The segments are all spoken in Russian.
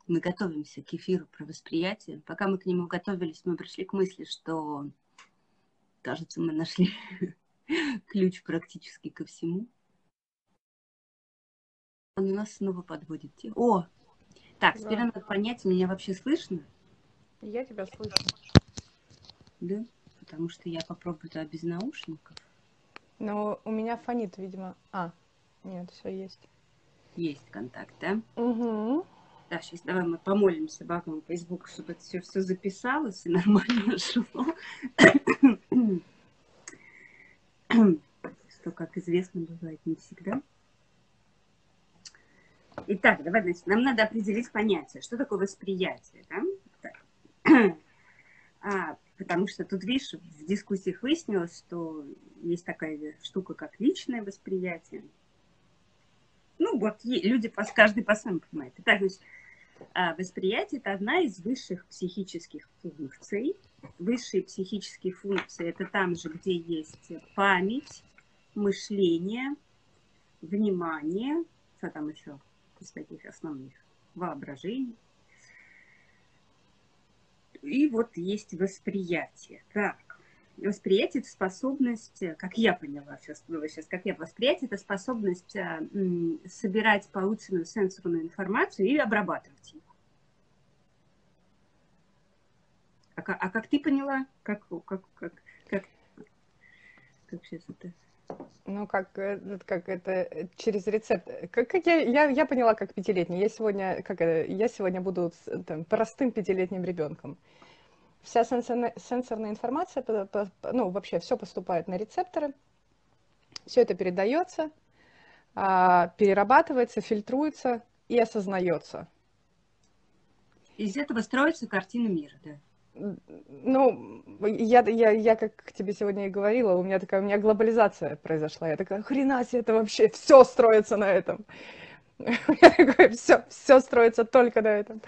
Мы готовимся к эфиру про восприятие. Пока мы к нему готовились, мы пришли к мысли, что, кажется, мы нашли ключ практически ко всему. Он у нас снова подводит тему. О! Так, теперь надо понять, меня вообще слышно? Я тебя слышу. Да? Потому что я попробую это без наушников. Но у меня фонит, видимо. Нет, все есть. Есть контакт, да? Угу. Да, сейчас давай мы помолимся Богу Facebook, чтобы это все записалось и нормально шло. Что, как известно, бывает не всегда. Итак, давай, значит, нам надо определить понятие, что такое восприятие, да? Потому что тут, видишь, в дискуссиях выяснилось, что есть такая штука, как личное восприятие. Ну, вот люди, каждый по-своему понимает. Итак, значит, восприятие – это одна из высших психических функций. Высшие психические функции – это там же, где есть память, мышление, внимание, что там еще из таких основных, воображение. И вот есть восприятие. Так, восприятие – это способность, как я поняла сейчас, восприятие – это способность собирать полученную сенсорную информацию и обрабатывать ее. А как ты поняла? Как сейчас это? Ну, как это через рецепт. Как я поняла, как пятилетний. Я сегодня буду там, простым пятилетним ребенком. Вся сенсорная информация, ну, вообще все поступает на рецепторы, все это передается, перерабатывается, фильтруется и осознается. Из этого строится картина мира, да? Ну, я как тебе сегодня и говорила, у меня глобализация произошла. Я такая, хрена себе, это вообще все строится на этом. Все строится только на этом.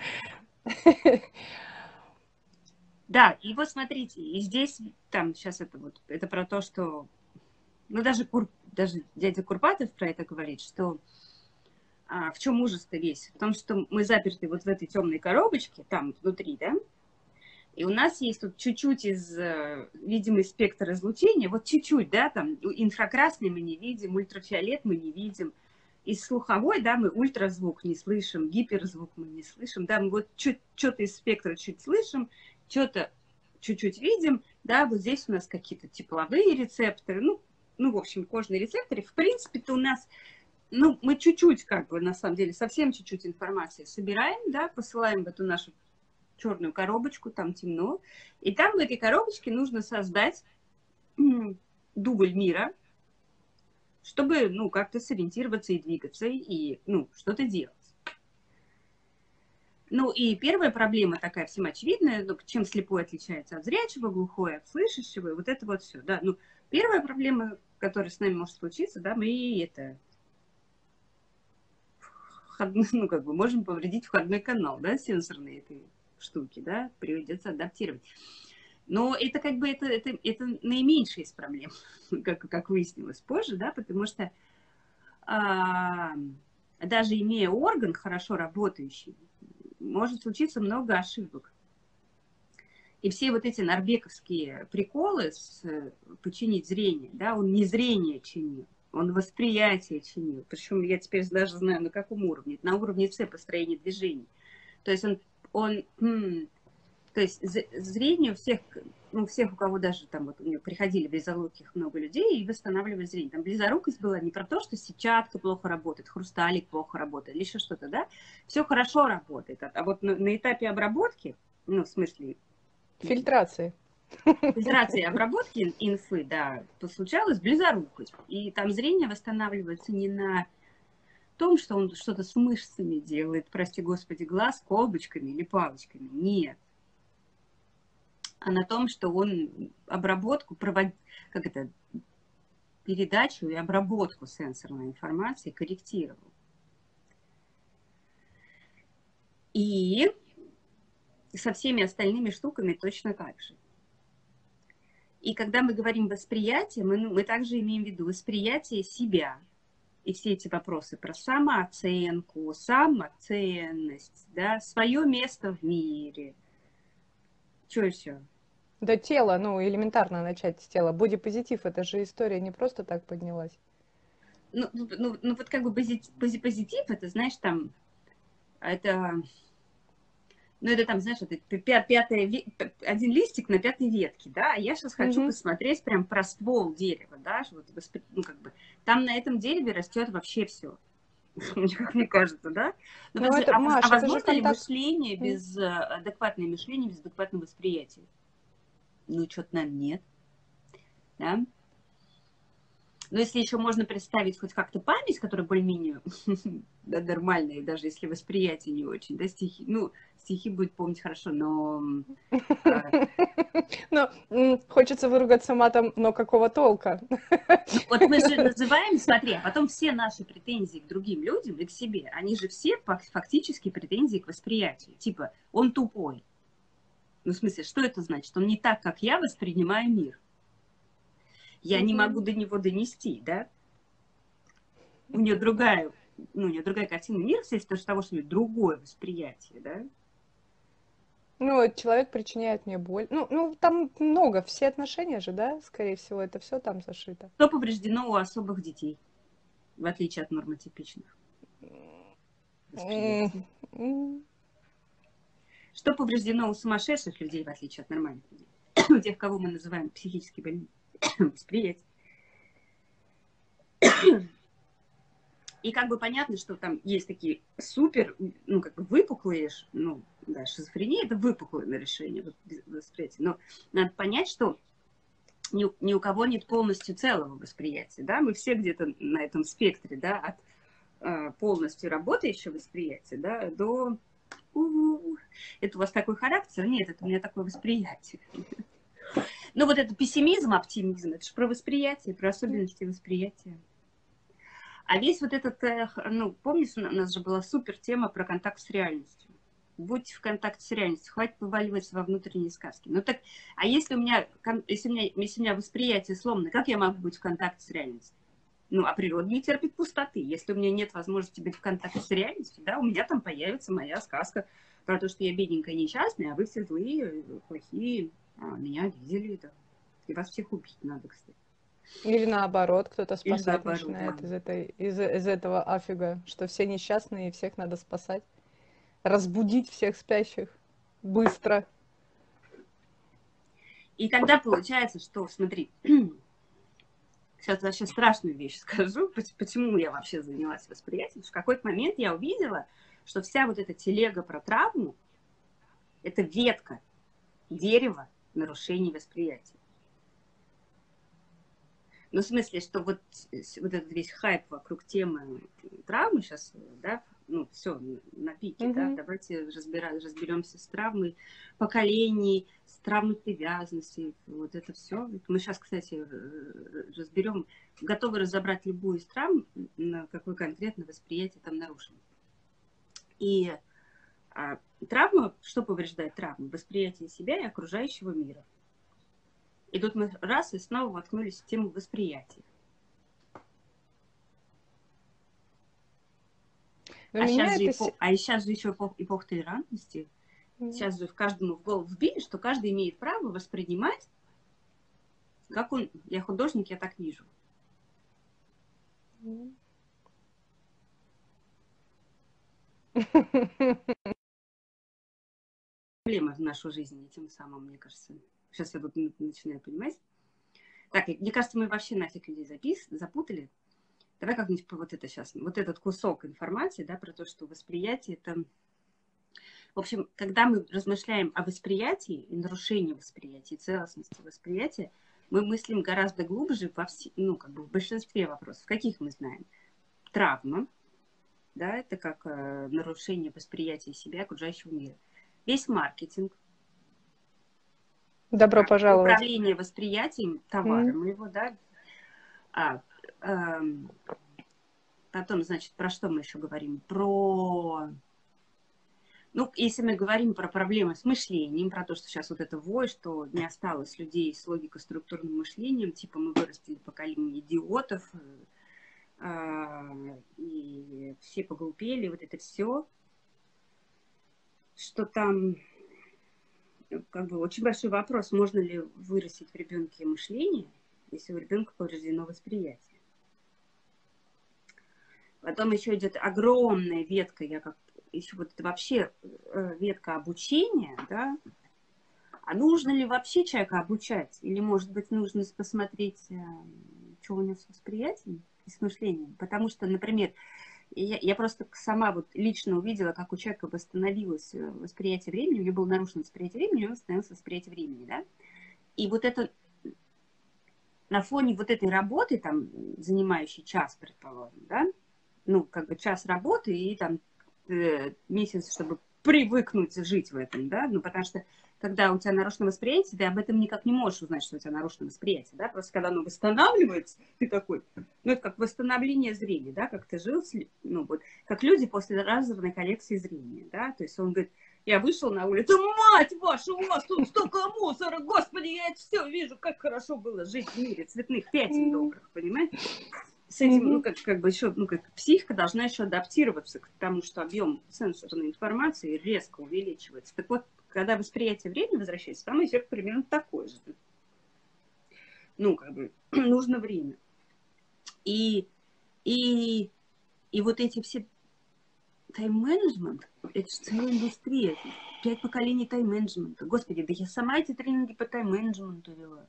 Да, и вот смотрите, и здесь, там, сейчас это про то, что, ну, даже дядя Курпатов про это говорит, что в чем ужас-то весь? В том, что мы заперты вот в этой темной коробочке, там, внутри, да, и у нас есть тут чуть-чуть видимый спектр излучения, вот чуть-чуть, да, там, инфракрасный мы не видим, ультрафиолет мы не видим, из слуховой, да, мы ультразвук не слышим, гиперзвук мы не слышим, да, мы вот что-то из спектра чуть слышим, что-то чуть-чуть видим, да, вот здесь у нас какие-то тепловые рецепторы, ну, в общем, кожные рецепторы, в принципе-то у нас, ну, мы чуть-чуть, как бы, на самом деле, совсем чуть-чуть информации собираем, да, посылаем в эту нашу черную коробочку, там темно, и там в этой коробочке нужно создать дубль мира, чтобы, ну, как-то сориентироваться и двигаться, и, ну, что-то делать. Ну, и первая проблема такая всем очевидная, ну, чем слепой отличается от зрячего, глухой от слышащего, и вот это вот все, да. Ну, первая проблема, которая с нами может случиться, да, мы ну, как бы можем повредить входной канал, да, сенсорной этой штуки, да, придется адаптировать. Но это как бы это наименьшая из проблем, как выяснилось позже, да, потому что даже имея орган хорошо работающий, может случиться много ошибок. И все вот эти норбековские приколы починить зрение, да, он не зрение чинил, он восприятие чинил. Причем я теперь даже знаю, на каком уровне. На уровне построения движений. То есть то есть зрение у всех, ну, всех, у кого даже там вот у него приходили близоруких много людей и восстанавливали зрение. Там близорукость была не про то, что сетчатка плохо работает, хрусталик плохо работает или еще что-то, да. Все хорошо работает. А вот на этапе обработки, ну, в смысле... Фильтрации. Фильтрации и обработки инфы, да, случалась близорукость. И там зрение восстанавливается не на том, что он что-то с мышцами делает, прости господи, глаз колбочками или палочками. Нет. А на том, что он обработку передачу и обработку сенсорной информации корректировал. И со всеми остальными штуками точно так же. И когда мы говорим восприятие, мы также имеем в виду восприятие себя, и все эти вопросы про самооценку, самоценность, да, свое место в мире. Что еще? Да тело, ну, элементарно начать с тела. Бодипозитив, это же история не просто так поднялась. Ну вот как бы позитив, это, знаешь, там, это, ну, это там, знаешь, это один листик на пятой ветке, да, а я сейчас хочу Мгм. посмотреть прям про ствол дерева, да, вот, ну, как бы, там на этом дереве растет вообще все, как мне кажется, да. Но Ну, подожди, это, а Маш, это же возможно ли контакт. мышление без адекватное мышление без адекватного восприятия? Ну, что-то, наверное, нет, да. Но если еще можно представить хоть как-то память, которая более-менее да, нормальная, даже если восприятие не очень, да, стихи, ну, стихи будет помнить хорошо, но а, Ну, хочется выругаться матом, но какого толка? ну, вот мы же называем, смотри, а потом все наши претензии к другим людям и к себе, они же все фактически претензии к восприятию. Типа, он тупой. Ну, в смысле, что это значит? Он не так, как я воспринимаю мир. Я не могу Мгм. до него донести, да? У нее другая, ну, у нее другая картина мира, вследствие того, что у нее другое восприятие, да? Ну, вот человек причиняет мне боль. Ну, там много, все отношения же, да, скорее всего, это все там зашито. Что повреждено у особых детей, в отличие от нормотипичных М, восприятий? м. Что повреждено у сумасшедших людей, в отличие от нормальных людей? У тех, кого мы называем психически больными восприятие. И как бы понятно, что там есть такие супер, ну, как бы выпуклые, ну, да, шизофрения – это выпуклое решение восприятия. Но надо понять, что ни у кого нет полностью целого восприятия, да, мы все где-то на этом спектре, да, от полностью работающего восприятия, да, до это у вас такой характер? Нет, это у меня такое восприятие. Ну, вот это пессимизм, оптимизм, это же про восприятие, про особенности восприятия. А весь вот этот, ну, помнишь, у нас же была супер тема про контакт с реальностью. Будьте в контакте с реальностью, хватит вываливаться во внутренние сказки. Ну так, а если у меня восприятие сломано, как я могу быть в контакте с реальностью? Ну, а природа не терпит пустоты. Если у меня нет возможности быть в контакте с реальностью, да, у меня там появится моя сказка про то, что я бедненькая, несчастная, а вы все злые, плохие, а меня обидели, да. И вас всех убить надо, кстати. Или наоборот, кто-то Или спасать наоборот, да. начинает из этого афига, что все несчастные и всех надо спасать. Разбудить всех спящих быстро. И тогда получается, что, смотри, сейчас вообще страшную вещь скажу, почему я вообще занялась восприятием. В какой-то момент я увидела, что вся вот эта телега про травму – это ветка дерева нарушений восприятия. Ну, в смысле, что вот этот весь хайп вокруг темы травмы сейчас, да, ну, все на пике, да, Мгм. давайте разберемся с травмой поколений, с травмой привязанности, вот это все. Мы сейчас, кстати, разберем, готовы разобрать любую из травм, на какое конкретно восприятие там нарушено. И травма, что повреждает травму? Восприятие себя и окружающего мира. И тут мы раз и снова воткнулись в тему восприятия. Но меня это... сейчас же еще эпоха толерантности. Сейчас же в каждому в голову вбили, что каждый имеет право воспринимать, как он, я художник, я так вижу. Проблема в нашу жизнь тем самым, мне кажется. Сейчас я тут начинаю понимать. Так, мне кажется, мы вообще нафиг людей запутали. Давай как-нибудь вот это сейчас, вот этот кусок информации, да, про то, что восприятие это... В общем, когда мы размышляем о восприятии и нарушении восприятия, целостности восприятия, мы мыслим гораздо глубже ну, как бы в большинстве вопросов. Каких мы знаем? Травма, да, это как нарушение восприятия себя и окружающего мира. Весь маркетинг, Добро пожаловать. управление восприятием товара моего, да. Потом, значит, про что мы еще говорим? Ну, если мы говорим про проблемы с мышлением, про то, что сейчас вот это вой, что не осталось людей с логико-структурным мышлением, типа мы вырастили поколение идиотов, и все поглупели, вот это все, что там как бы очень большой вопрос, можно ли вырастить в ребенке мышление, если у ребенка повреждено восприятие. Потом еще идет огромная ветка, еще вот это вообще ветка обучения, да. А нужно ли вообще человека обучать? Или, может быть, нужно посмотреть, что у него с восприятием и с мышлением? Потому что, например, я просто сама вот лично увидела, как у человека восстановилось восприятие времени, у него было нарушено восприятие времени, у него восстановилось восприятие времени, да. И вот это на фоне вот этой работы, там, занимающей час, предположим, да, ну, как бы час работы и там месяц, чтобы привыкнуть жить в этом, да, ну, потому что когда у тебя нарушено восприятие, ты об этом никак не можешь узнать, что у тебя нарушено восприятие, да, просто когда оно восстанавливается, ты такой, ну, это как восстановление зрения, да, как ты жил, ну, вот, как люди после разорванной коррекции зрения, да, то есть он говорит, я вышел на улицу, мать вашу, у вас тут столько мусора, господи, я это все вижу, как хорошо было жить в мире цветных пятен добрых, понимаете? С этим, ну, как бы еще, ну, как психика должна еще адаптироваться к тому, что объем сенсорной информации резко увеличивается. Так вот, когда восприятие времени возвращается, там эффект примерно такой же. Ну, как бы, нужно время. И вот эти все тайм-менеджмент, это же целая индустрия. 5 поколений тайм-менеджмента. Господи, да я сама эти тренинги по тайм-менеджменту вела.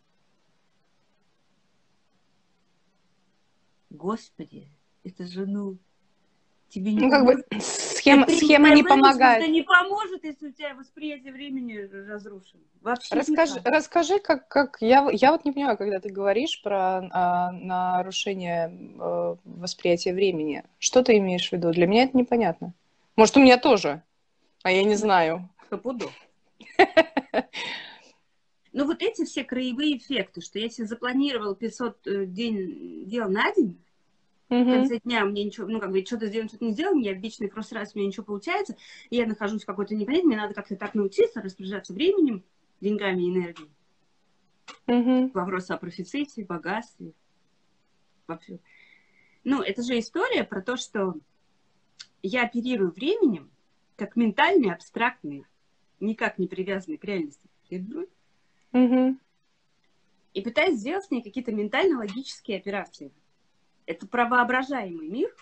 Господи, это же, ну, тебе не Ну, как бы поможет. схема не помогает. Не поможет, если у тебя восприятие времени разрушено. Вообще никак. Расскажи, как я вот не понимаю, когда ты говоришь про нарушение восприятия времени. Что ты имеешь в виду? Для меня это непонятно. Может, у меня тоже, а я не знаю. Стопудов. Ну, вот эти все краевые эффекты, что если запланировал 500 дел на день, в конце дня мне ничего, ну, как бы, что-то сделать, что-то не сделал, у меня вечный фрустрация, у меня ничего получается, и я нахожусь в какой-то непонятной, мне надо как-то так научиться распоряжаться временем, деньгами и энергией. Вопрос о профиците, богатстве, вообще. Ну, это же история про то, что я оперирую временем как ментальный, абстрактный, никак не привязанный к реальности. И пытаюсь сделать с ней какие-то ментально-логические операции. Это про воображаемый мир.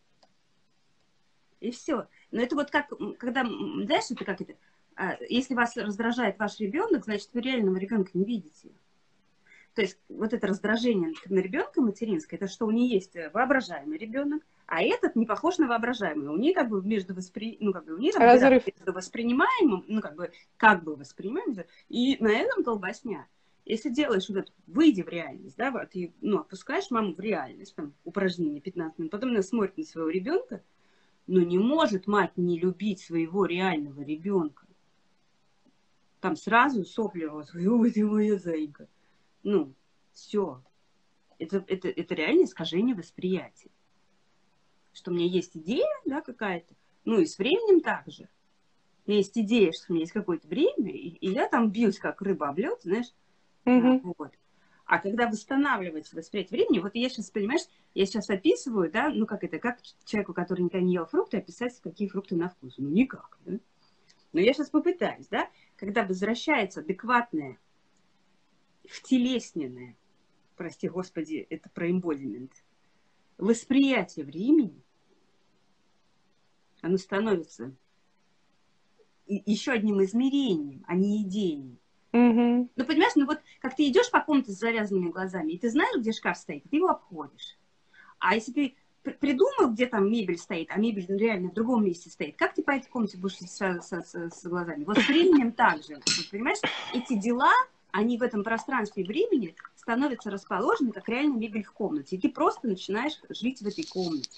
И все. Но это вот как, когда, знаешь, это как это, если вас раздражает ваш ребенок, значит, вы реального ребенка не видите. То есть вот это раздражение на ребенка материнское, это что у нее есть воображаемый ребенок, а этот не похож на воображаемый. У нее как бы между разрыв между воспринимаемым, ну как бы воспринимаемым, и на этом колбасня. Если делаешь вот это, выйди в реальность, да, вот, и, ну, опускаешь маму в реальность, там, упражнение 15 минут, потом она смотрит на своего ребенка, но не может мать не любить своего реального ребенка. Там сразу сопли, ой, ты моя зайка. Ну, все. Это реально искажение восприятия. Что у меня есть идея, да, какая-то, ну и с временем также. У меня есть идея, что у меня есть какое-то время, и я там бьюсь, как рыба об лед, знаешь. Вот. А когда восстанавливается восприятие времени, вот я сейчас, понимаешь, я сейчас описываю, да, ну как это, как человеку, который никогда не ел фрукты, описать, какие фрукты на вкус. Ну никак, да. Но я сейчас попытаюсь, да, когда возвращается адекватное, втелесненное, прости господи, это про эмбодимент, восприятие времени, оно становится еще одним измерением, а не идеей. Ну, понимаешь, ну вот как ты идешь по комнате с завязанными глазами, и ты знаешь, где шкаф стоит, ты его обходишь. А если ты придумал, где там мебель стоит, а мебель реально в другом месте стоит, как ты по этой комнате будешь с глазами? Вот с временем так же. Вот, понимаешь, эти дела, они в этом пространстве и времени становятся расположены, как реально мебель в комнате. И ты просто начинаешь жить в этой комнате.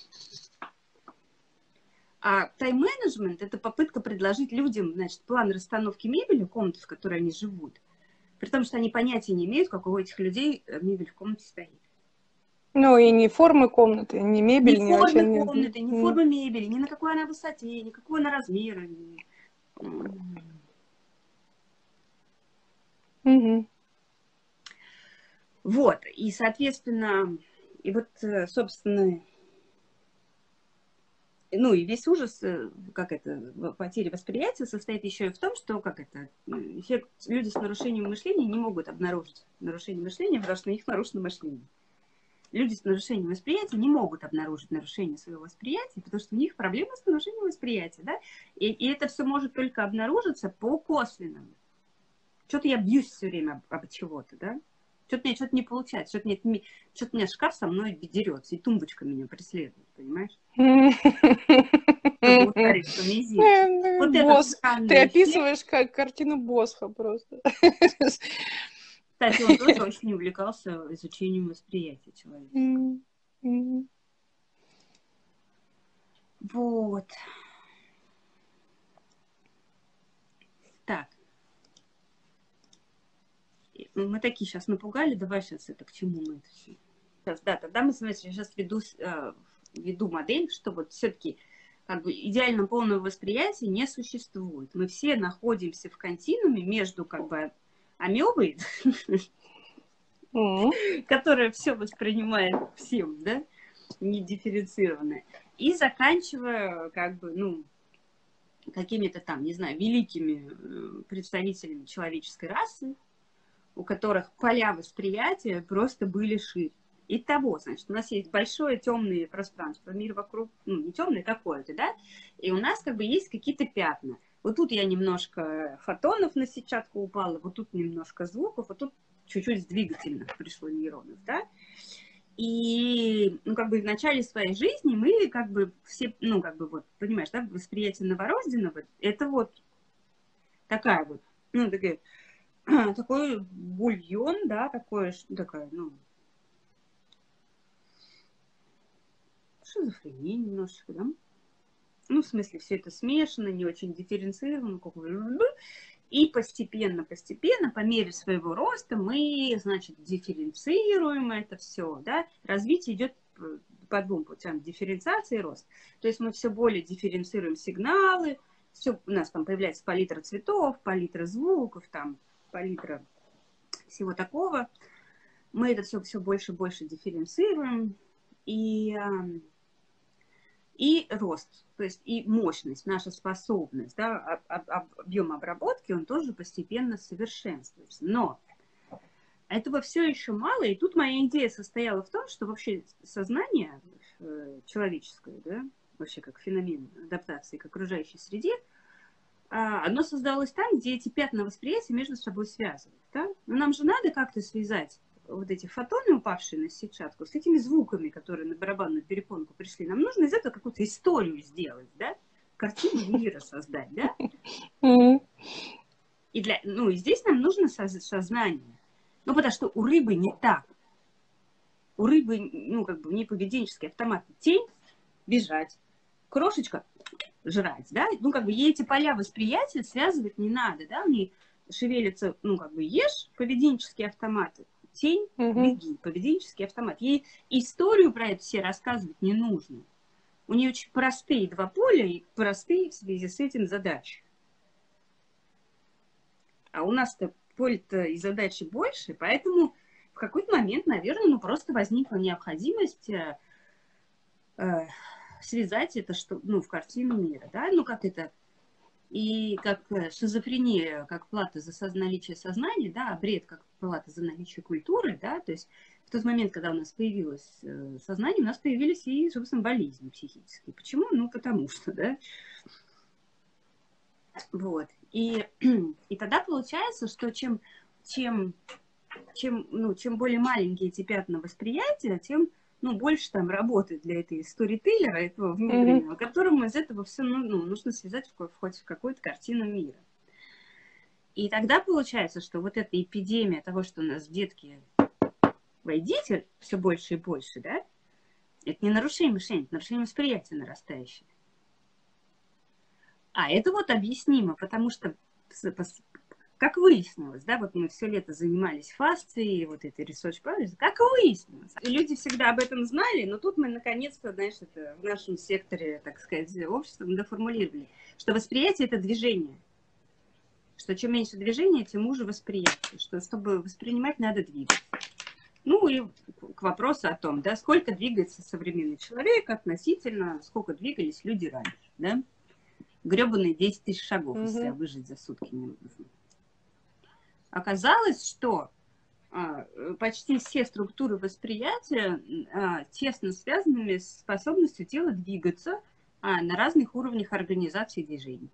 А тайм-менеджмент – это попытка предложить людям, значит, план расстановки мебели в комнате, в которой они живут, при том, что они понятия не имеют, как у этих людей мебель в комнате стоит. Ну, и не формы комнаты, не мебель, ни вообще... формы комнаты, ни формы мебели, ни на какой она высоте, ни какой она размера. Вот, и, соответственно, и вот, собственно, Ну и весь ужас, как это, потери восприятия состоит еще и в том, что, как это, люди с нарушением мышления не могут обнаружить нарушение мышления, потому что у них нарушено мышление. Люди с нарушением восприятия не могут обнаружить нарушение своего восприятия, потому что у них проблемы с нарушением восприятия, да, и это все может только обнаружиться по косвенному. Что-то я бьюсь все время об чего-то, да, что-то мне что-то не получается, что-то меня шкаф со мной дерется, и тумбочка меня преследует, понимаешь? Чтобы ударить по мизинцу. Вот Босс. это Ты описываешь как картину Босха просто. Кстати, он тоже очень увлекался изучением восприятия человека. Вот. Так. Мы такие сейчас напугали, давай сейчас это, к чему мы это все. Сейчас, да, тогда мы, смотрите, сейчас веду модель, что вот все-таки как бы идеально полного восприятия не существует. Мы все находимся в континууме между как бы амебой, которая все воспринимает всем, да, не дифференцированная, и заканчивая как бы, ну, какими-то там, не знаю, великими представителями человеческой расы, у которых поля восприятия просто были шире. Итого, значит, у нас есть большое темное пространство, мир вокруг, ну, не темное какое-то, да, и у нас как бы есть какие-то пятна. Вот тут я немножко фотонов на сетчатку упала, вот тут немножко звуков, вот тут чуть-чуть двигательных пришло нейронов, да. И, ну, как бы в начале своей жизни мы как бы все, ну, как бы вот, понимаешь, да, восприятие новорожденного, это вот такая вот, ну, такой бульон, да, такая, ну, шизофрения немножечко, да. Ну, в смысле, все это смешано, не очень дифференцировано, и постепенно, по мере своего роста мы, значит, дифференцируем это все, да. Развитие идет по двум путям: дифференциация и рост. То есть мы все более дифференцируем сигналы, все, у нас там появляется палитра цветов, палитра звуков, там, палитра всего такого. Мы это все больше и больше дифференцируем, и рост, то есть и мощность, наша способность, да, объем обработки, он тоже постепенно совершенствуется. Но этого все еще мало, и тут моя идея состояла в том, что вообще сознание человеческое, да, вообще как феномен адаптации к окружающей среде, оно создалось там, где эти пятна восприятия между собой связывают. Да? Но нам же надо как-то связать вот эти фотоны, упавшие на сетчатку, с этими звуками, которые на барабанную перепонку пришли. Нам нужно из этого какую-то историю сделать, да? Картину мира создать, да? И здесь нам нужно сознание. Ну, потому что у рыбы не так. У рыбы, ну, как бы не поведенческий автомат. Тень — бежать, крошечка — жрать, да? Ну, как бы ей эти поля восприятия связывать не надо, да? У нее шевелится, ну, как бы ешь, поведенческие автоматы. Тень, беги, поведенческий автомат. Ей историю про это все рассказывать не нужно. У нее очень простые два поля и простые в связи с этим задачи. А у нас-то поле-то и задачи больше, поэтому в какой-то момент, наверное, ну просто возникла необходимость связать это в картину мира, да, ну как это, и как шизофрения, как плата за наличие сознания, да, а бред как плата за наличие культуры, да, то есть в тот момент, когда у нас появилось сознание, у нас появились и, собственно, болезни психические. Почему? Ну, потому что, да. Вот. И тогда получается, что чем более маленькие эти пятна восприятия, тем больше там работы для этой сторителлера, этого внутреннего, которому из этого все нужно связать в какую-то картину мира. И тогда получается, что вот эта эпидемия того, что у нас детки войдите все больше и больше, да, это не нарушение мышления, это нарушение восприятия нарастающее. А это вот объяснимо, потому что, как выяснилось, да, вот мы все лето занимались фасцией, вот этой research project, как выяснилось. Люди всегда об этом знали, но тут мы наконец-то, знаешь, это в нашем секторе, так сказать, общества мы доформулировали, что восприятие – это движение. Что чем меньше движения, тем уже восприятие. Что чтобы воспринимать, надо двигаться. Ну и к вопросу о том, да, сколько двигается современный человек относительно, сколько двигались люди раньше, да? Гребаные 10 тысяч шагов из себя выжить за сутки не нужно. Оказалось, что почти все структуры восприятия тесно связаны с способностью тела двигаться на разных уровнях организации движений.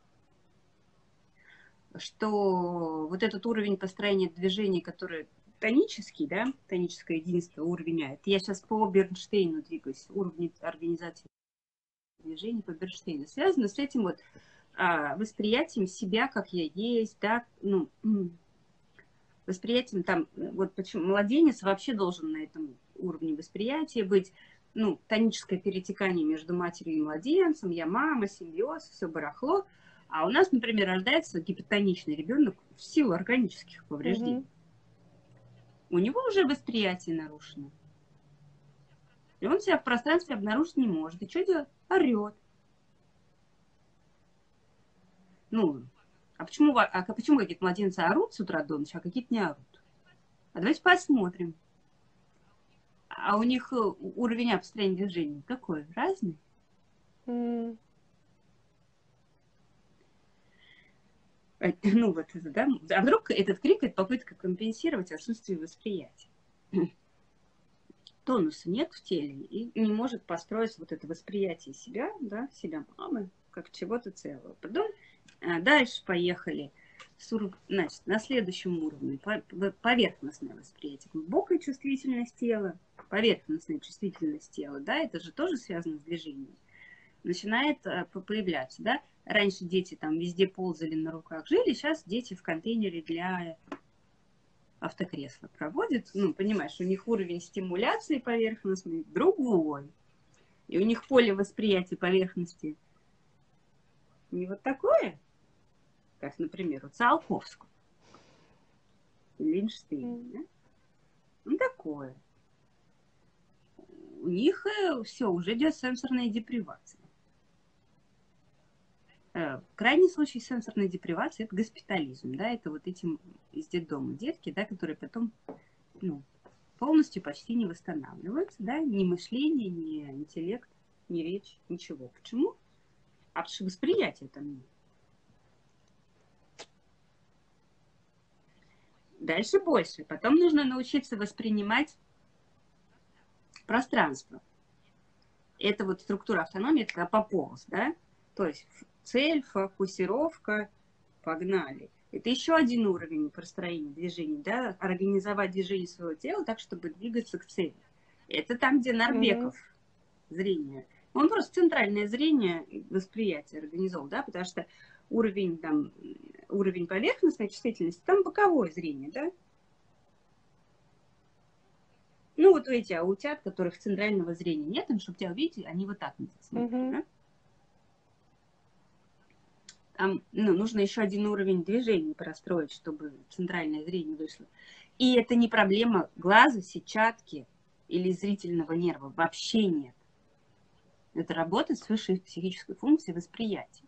Что вот этот уровень построения движений, который тонический, да, тоническое единство, уровень А, это я сейчас по Бернштейну двигаюсь, уровень организации движений по Бернштейну, связано с этим вот восприятием себя, как я есть, да, ну, восприятием там, вот почему младенец вообще должен на этом уровне восприятия быть, ну, тоническое перетекание между матерью и младенцем, я мама, симбиоз, все барахло. А у нас, например, рождается гипертоничный ребенок в силу органических повреждений. У него уже восприятие нарушено. И он себя в пространстве обнаружить не может. И что делать? Орет. Ну, почему какие-то младенцы орут с утра до ночи, а какие-то не орут? А давайте посмотрим. А у них уровень обстроения движений какой? Разный? Ну, вот это, да? А вдруг этот крик – это попытка компенсировать отсутствие восприятия? Тонуса нет в теле и не может построить вот это восприятие себя, да, себя мамы, как чего-то целого. Потом дальше поехали. Значит, на следующем уровне поверхностное восприятие, глубокая чувствительность тела, поверхностная чувствительность тела, да, это же тоже связано с движением, начинает появляться, да. Раньше дети там везде ползали на руках, жили, сейчас дети в контейнере для автокресла проводят, ну, понимаешь, у них уровень стимуляции поверхностный другой, и у них поле восприятия поверхности не вот такое, как, например, у Циолковского, Линштейна, да? Ну, такое. У них все, уже идет сенсорная депривация. Крайний случай сенсорной депривации – это госпитализм, да, это вот этим из детдома детки, да, которые потом, ну, полностью почти не восстанавливаются, да, ни мышление, ни интеллект, ни речь, ничего. Почему? А потому что восприятия там нет. Дальше больше. Потом нужно научиться воспринимать пространство. Это вот структура автономии, это когда пополз, да, то есть цель, фокусировка, погнали. Это еще один уровень простроения движений, да, организовать движение своего тела так, чтобы двигаться к цели. Это там, где Нарбеков зрение. Он просто центральное зрение и восприятие организовал, да, потому что уровень поверхностной чувствительности, там боковое зрение, да. Ну, вот эти аутят, у которых центрального зрения нет, чтобы тебя увидеть, они вот так смотрят, да? Там, ну, нужно еще один уровень движения простроить, чтобы центральное зрение вышло. И это не проблема глаза, сетчатки или зрительного нерва. Вообще нет. Это работа с высшей психической функцией восприятия.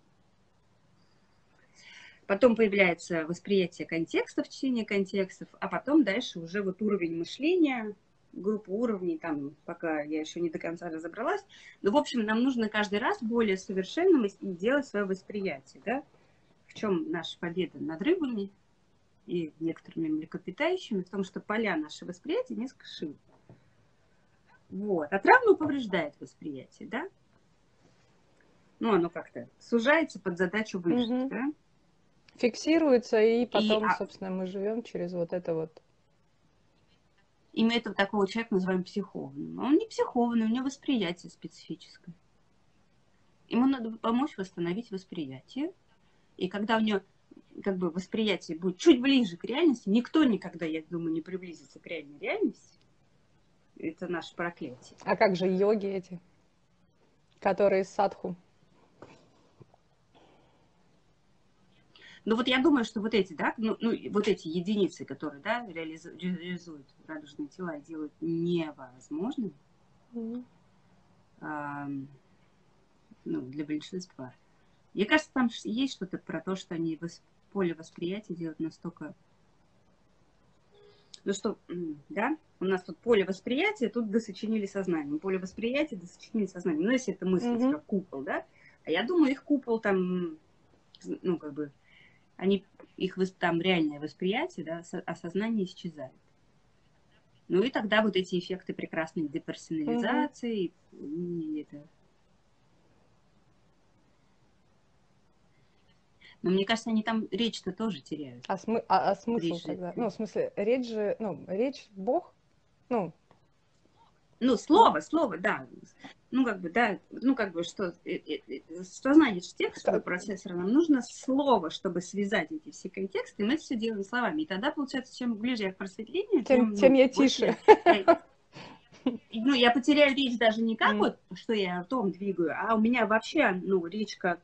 Потом появляется восприятие контекстов, чтение контекстов, а потом дальше уже вот уровень мышления, группа уровней, там, пока я еще не до конца разобралась. Но, в общем, нам нужно каждый раз более совершенным делать свое восприятие, да? В чем наша победа над рыбами и некоторыми млекопитающими, в том, что поля нашего восприятия несколько шире. Вот. А травма повреждает восприятие, да? Ну, оно как-то сужается под задачу выжить, да? Фиксируется, и потом, собственно, мы живем через вот это вот. И мы этого такого человека называем психованным. А он не психованный, у него восприятие специфическое. Ему надо помочь восстановить восприятие. И когда у него как бы восприятие будет чуть ближе к реальности, никто никогда, я думаю, не приблизится к реальной реальности. Это наше проклятие. А как же йоги эти, которые садху? Ну вот я думаю, что вот эти, да, вот эти единицы, которые, да, реализуют радужные тела и делают невозможным, для большинства. Мне кажется, там есть что-то про то, что они поле восприятия делают настолько Ну что, да, у нас тут поле восприятия, тут досочинили сознание. Поле восприятия, досочинили сознание. Ну, если это мыслить как купол, да. А я думаю, их купол там, ну, как бы, они, их там реальное восприятие, да, осознание исчезает. Ну и тогда вот эти эффекты прекрасной деперсонализации, и это... Но мне кажется, они там речь-то тоже теряют. А смысл речь тогда? Ну, в смысле, речь же, ну, речь Бог, ну... Ну, слово, да. Ну, как бы, да, ну, как бы, что значит текстовый процессор? Нам нужно слово, чтобы связать эти все контексты, и мы это все делаем словами. И тогда, получается, чем ближе я к просветлению, тем я тише. Ну, я потеряю речь даже не как вот, что я ртом двигаю, а у меня вообще, ну, речь как...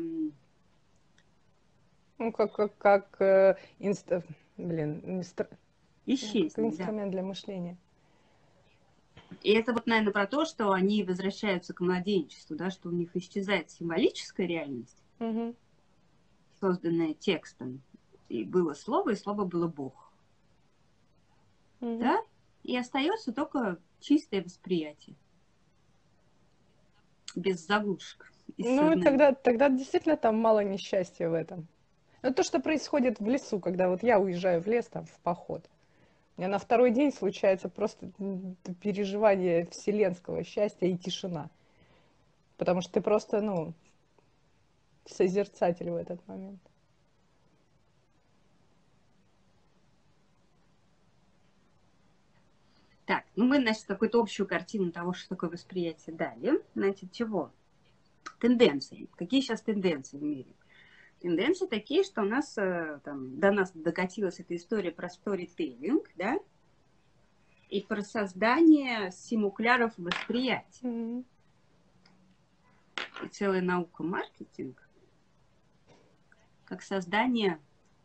Ну, инструмент для мышления. И это вот, наверное, про то, что они возвращаются к младенчеству, да, что у них исчезает символическая реальность, созданная текстом. И было слово, и слово было Бог. Да? И остается только чистое восприятие. Без заглушек. Ну, и тогда действительно там мало несчастья в этом. Но то, что происходит в лесу, когда вот я уезжаю в лес, там, в поход, у меня на второй день случается просто переживание вселенского счастья и тишина. Потому что ты просто, ну, созерцатель в этот момент. Так, ну мы, значит, какую-то общую картину того, что такое восприятие дали. Значит, чего? Тенденции. Какие сейчас тенденции в мире? Тенденции такие, что у нас, там, до нас докатилась эта история про сторителлинг, да, и про создание симукляров восприятия. И целая наука маркетинг, как создание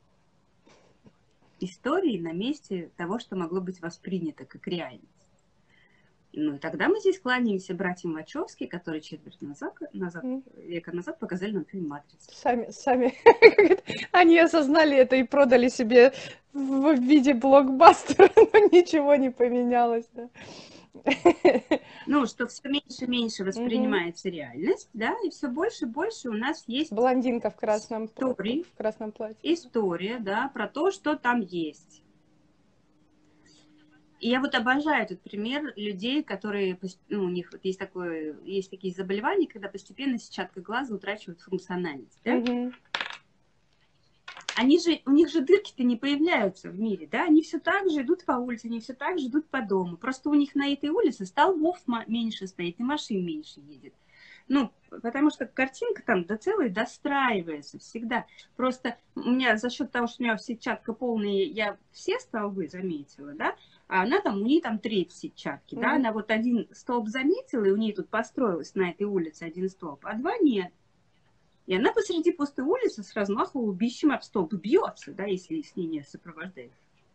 истории на месте того, что могло быть воспринято как реальность. Ну и тогда мы здесь кланяемся братьям Вачовски, которые четверть века назад показали нам фильм «Матрица». Сами они осознали это и продали себе в виде блокбастера, но ничего не поменялось, да. Ну, что все меньше и меньше воспринимается реальность, да, и все больше и больше у нас есть... Блондинка в красном платье. История, да, про то, что там есть. И я вот обожаю этот пример людей, которые, ну, у них вот есть такие заболевания, когда постепенно сетчатка глаза утрачивает функциональность, да? У них же дырки-то не появляются в мире, да? Они все так же идут по улице, они все так же идут по дому. Просто у них на этой улице столбов меньше стоит, и машин меньше едет. Ну, потому что картинка там достраивается всегда. Просто у меня за счет того, что у меня сетчатка полная, я все столбы заметила, да, а она там, у нее там треть сетчатки, да, она вот один столб заметила, и у нее тут построилась на этой улице один столб, а два нет. И она посреди пустой улицы с размаху убийщим об столб бьется, да, если с ней не сопровождает.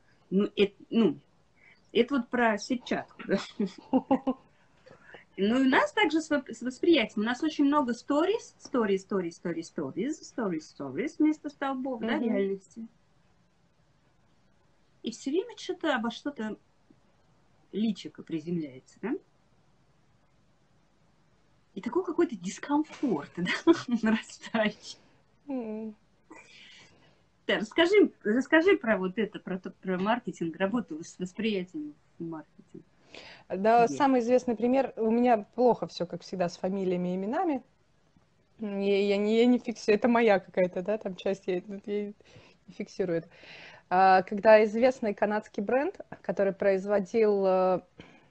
Это вот про сетчатку, да. Ну и у нас также с восприятием. У нас очень много stories вместо столбов, да, реальности. И все время что-то обо что-то личико приземляется, да? И такой какой-то дискомфорт, да, нарастающий. Да, расскажи про вот это, про маркетинг, работу с восприятием в маркетинге. Да, самый известный пример. У меня плохо все, как всегда, с фамилиями и именами. Я не фиксирую. Это моя какая-то, да, там часть, я не фиксирую это. Когда известный канадский бренд, который производил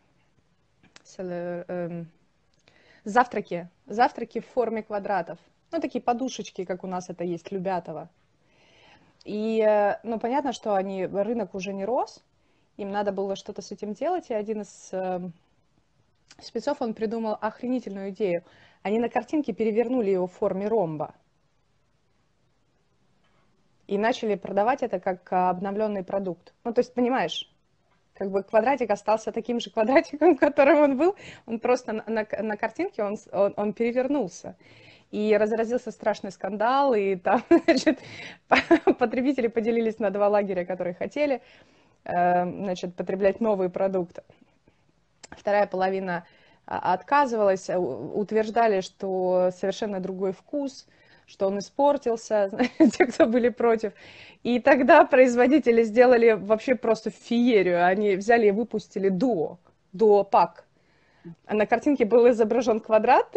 завтраки в форме квадратов. Ну, такие подушечки, как у нас это есть, Любятово. И, ну, понятно, что рынок уже не рос, им надо было что-то с этим делать, и один из спецов, он придумал охренительную идею. Они на картинке перевернули его в форме ромба. И начали продавать это как обновленный продукт. Ну, то есть, понимаешь, как бы квадратик остался таким же квадратиком, которым он был, он просто на картинке, он перевернулся. И разразился страшный скандал, и там, значит, потребители поделились на два лагеря, которые хотели значит, потреблять новые продукты. Вторая половина отказывалась, утверждали, что совершенно другой вкус, что он испортился, те, кто были против. И тогда производители сделали вообще просто феерию. Они взяли и выпустили дуо-пак. А на картинке был изображен квадрат,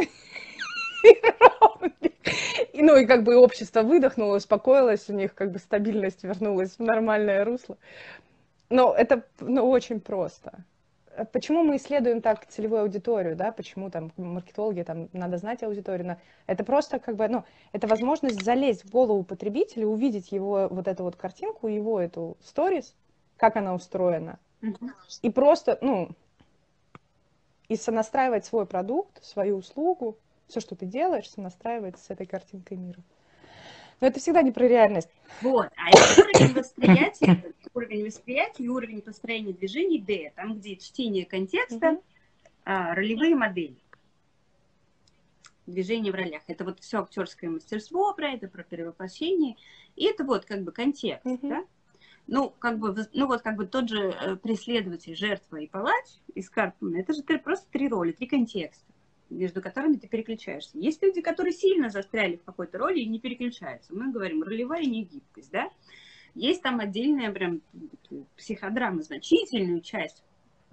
ну и как бы общество выдохнуло, успокоилось, у них как бы стабильность вернулась в нормальное русло. Но это очень просто. Почему мы исследуем так целевую аудиторию, да, почему там маркетологи, там надо знать аудиторию, но это просто как бы, ну, это возможность залезть в голову потребителя, увидеть его вот эту вот картинку, его эту сторис, как она устроена, и просто, ну, и сонастраивать свой продукт, свою услугу, все, что ты делаешь, сонастраивать с этой картинкой мира. Но это всегда не про реальность. Вот, а это уровень восприятия и уровень построения движений D, там, где чтение контекста, ролевые модели, движение в ролях. Это вот все актерское мастерство про это, про перевоплощение, и это вот как бы контекст, да? Ну, как бы, ну, вот как бы тот же преследователь, жертва и палач из картуна, это же просто 3 роли, 3 контекста, между которыми ты переключаешься. Есть люди, которые сильно застряли в какой-то роли и не переключаются. Мы говорим, ролевая негибкость, да? Есть там отдельная прям психодрама, значительную часть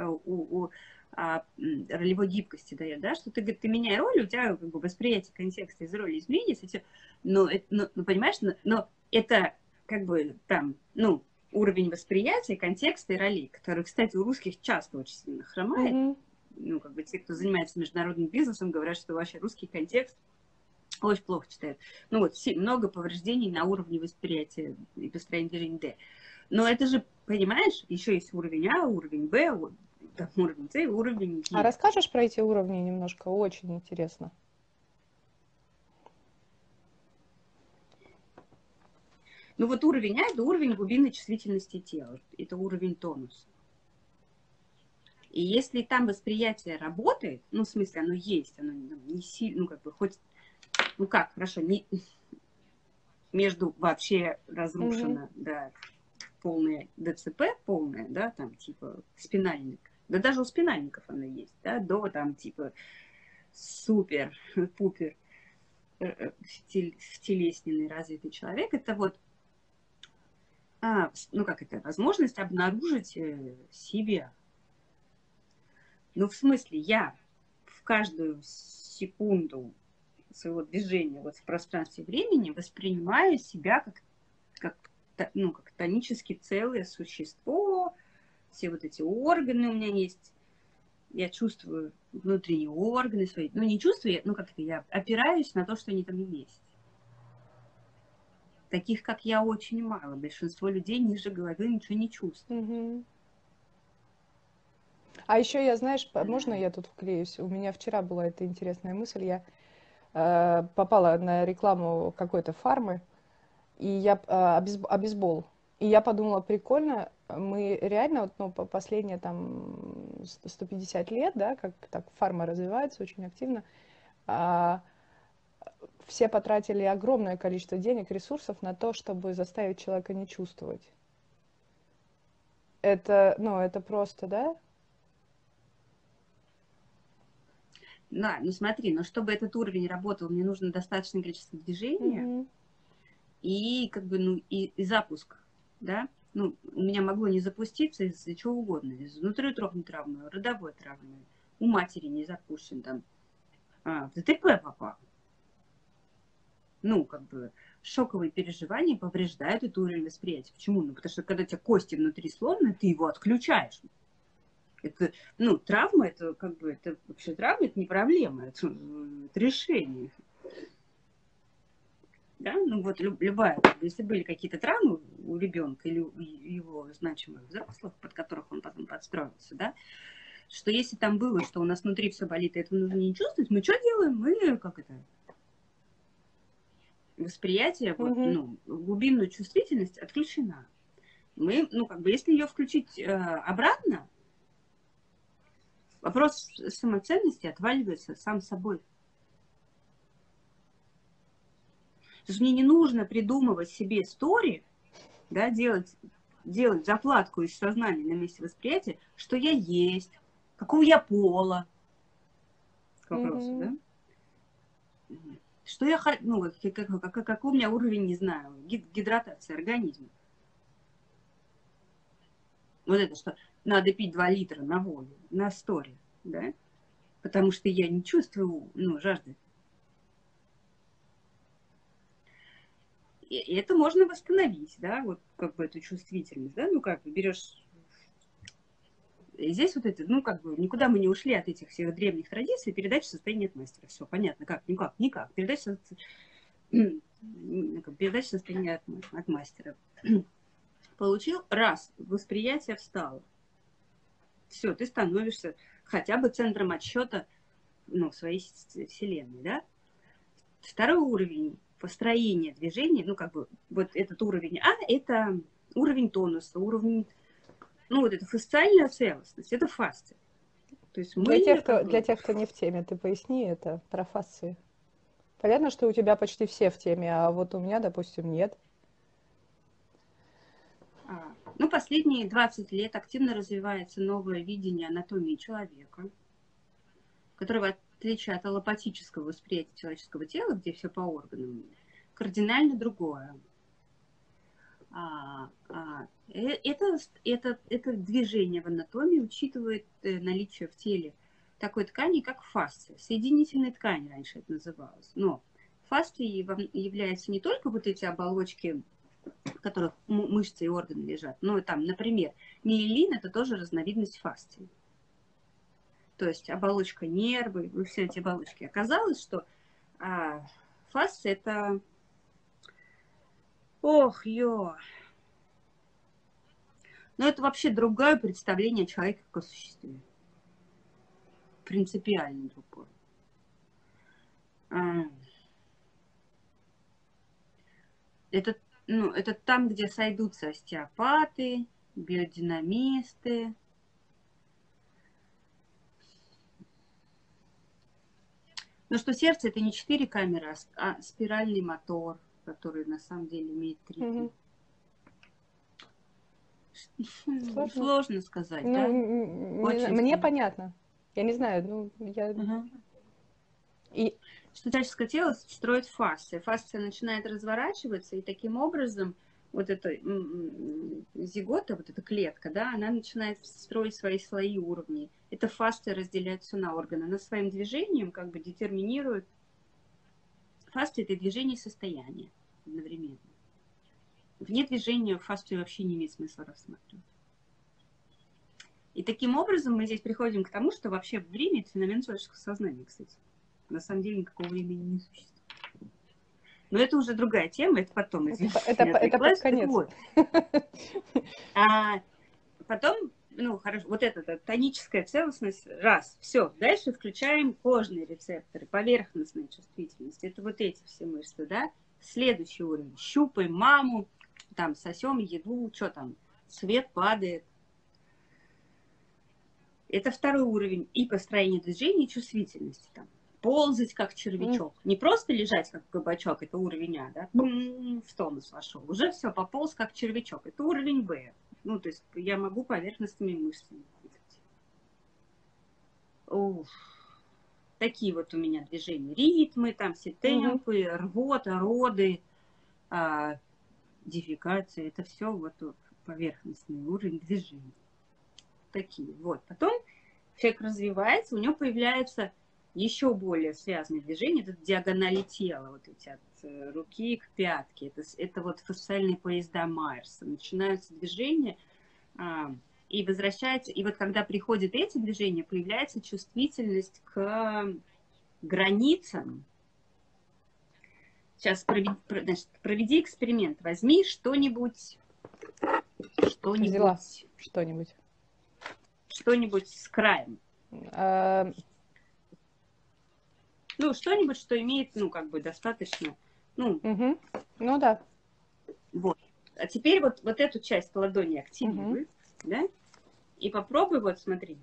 ролевой гибкости дает, да, что ты, говорит, ты меняй роль, у тебя как бы восприятие контекста из роли изменится, но понимаешь, но это как бы там, ну, уровень восприятия, контекста и ролей, который, кстати, у русских часто очень сильно хромает. Ну, как бы те, кто занимается международным бизнесом, говорят, что вообще русский контекст очень плохо читают. Ну вот, много повреждений на уровне восприятия и построения движения D. Но это же, понимаешь, еще есть уровень А, уровень Б, уровень С и уровень Е. А расскажешь про эти уровни немножко? Очень интересно. Ну вот уровень А – это уровень глубинной чувствительности тела. Это уровень тонуса. И если там восприятие работает, ну, в смысле, оно есть, оно не сильно, ну, как бы, хоть, ну, как, хорошо, не, между вообще разрушено, да, полное ДЦП, полное, да, там, типа, спинальник, да даже у спинальников оно есть, да, до, там, типа, супер-пупер втелесненный развитый человек, это вот, ну, как это, возможность обнаружить себя. Ну, в смысле, я в каждую секунду своего движения вот в пространстве времени воспринимаю себя как тонически целое существо, все вот эти органы у меня есть, я чувствую внутренние органы свои, ну, не чувствую, ну, как-то я опираюсь на то, что они там есть. Таких, как я, очень мало. Большинство людей ниже головы ничего не чувствуют. А еще я, знаешь, можно я тут вклеюсь? У меня вчера была эта интересная мысль. Я попала на рекламу какой-то фармы, и я обезбол. И я подумала, прикольно, мы реально, вот, ну, последние там 150 лет, да, как так фарма развивается очень активно, все потратили огромное количество денег, ресурсов на то, чтобы заставить человека не чувствовать. Это, ну, это просто, да? Да, ну смотри, но чтобы этот уровень работал, мне нужно достаточное количество движения и как бы, ну, и запуск, да. Ну, у меня могло не запуститься из-за чего угодно, из внутриутробной травмы, родовой травмы, у матери не запущен там, в ДТП попал. Ну, как бы, шоковые переживания повреждают этот уровень восприятия. Почему? Ну, потому что когда у тебя кости внутри сломаны, ты его отключаешь. Это, ну, травма, это как бы, это вообще травма, это не проблема, это решение. Да, ну вот любая, если были какие-то травмы у ребенка или у его значимых взрослых, под которых он потом подстроился, да, что если там было, что у нас внутри все болит, и этого нужно не чувствовать, мы что делаем? Мы, как это, восприятие, вот, ну, глубинную чувствительность отключена. Мы, ну, как бы, если ее включить обратно, вопрос самоценности отваливается сам собой. То есть мне не нужно придумывать себе истории, да, делать делать закладку из сознания на месте восприятия, что я есть, какого я пола, к вопросу, да? Что я, ну, какой у меня уровень, не знаю, гидратации организма. Вот это, что надо пить 2 литра на волю, на сторе, да? Потому что я не чувствую, ну, жажды. И это можно восстановить, да, вот как бы эту чувствительность, да, ну, как бы берешь... И здесь вот это, ну, как бы никуда мы не ушли от этих всех древних традиций, передача состояния от мастера. Все, понятно, как, никак. Передача состояния от мастера. Получил, раз, восприятие встало. Все, ты становишься хотя бы центром отсчета, ну, своей вселенной, да. Второй уровень построения движения, ну, как бы, вот этот уровень А, это уровень тонуса, уровень, ну, вот эта фасциальная целостность, это фасция. То есть мы... Для тех, кто не в теме, ты поясни это про фасции. Понятно, что у тебя почти все в теме, а вот у меня, допустим, нет. Ну, последние 20 лет активно развивается новое видение анатомии человека, которое, в отличие от аллопатического восприятия человеческого тела, где все по органам, кардинально другое. Это движение в анатомии учитывает наличие в теле такой ткани, как фасция, соединительной ткани раньше это называлось. Но фасцией являются не только вот эти оболочки, в которых мышцы и органы лежат, но там, например, миелин – это тоже разновидность фасции. То есть оболочка нервы, все эти оболочки. Оказалось, что фасция – это... Но это вообще другое представление о человеке как о существе. Принципиально другое. Это там, где сойдутся остеопаты, биодинамисты. Но что сердце – это не 4 камеры, а спиральный мотор, который на самом деле имеет 3. Сложно сказать, ну, да? Мне понятно. Я не знаю, Что человеческое тело строит фасция. Фасция начинает разворачиваться, и таким образом вот эта зигота, вот эта клетка, да, она начинает строить свои слои уровней. Эта фасция разделяет все на органы. Она своим движением как бы детерминирует. Фасция – это движение и состояние одновременно. Вне движения фасцию вообще не имеет смысла рассматривать. И таким образом мы здесь приходим к тому, что вообще время – это феномен человеческого сознания, кстати. На самом деле никакого времени не существует. Но это уже другая тема, это потом. Это под конец. Вот. А потом, ну, хорошо, вот эта тоническая целостность, раз, все. Дальше включаем кожные рецепторы, поверхностная чувствительность. Это вот эти все мышцы, да. Следующий уровень. Щупаем маму, там сосем еду, что там, свет падает. Это второй уровень и построение движения, и чувствительности. Там. Ползать, как червячок. Не просто лежать, как кабачок, это уровень А, да? В тонус вошел. Уже все, пополз, как червячок. Это уровень Б. Ну, то есть я могу поверхностными мышцами двигать. Такие вот у меня движения. Ритмы, там все темпы, рвота, роды, дефекация. Это все вот поверхностный уровень движения. Такие. Вот. Потом человек развивается, у него появляется еще более связанные движения, это диагонали тела, вот эти от руки к пятке, это вот фасциальные поезда Майерса. Начинаются движения и возвращаются, и вот когда приходят эти движения, появляется чувствительность к границам. Сейчас проведи эксперимент, возьми что-нибудь с краем. Ну, что-нибудь, что имеет, ну, как бы достаточно, ну... Ну, да. Вот. А теперь вот эту часть ладони активируй, да? И попробуй, вот, смотри.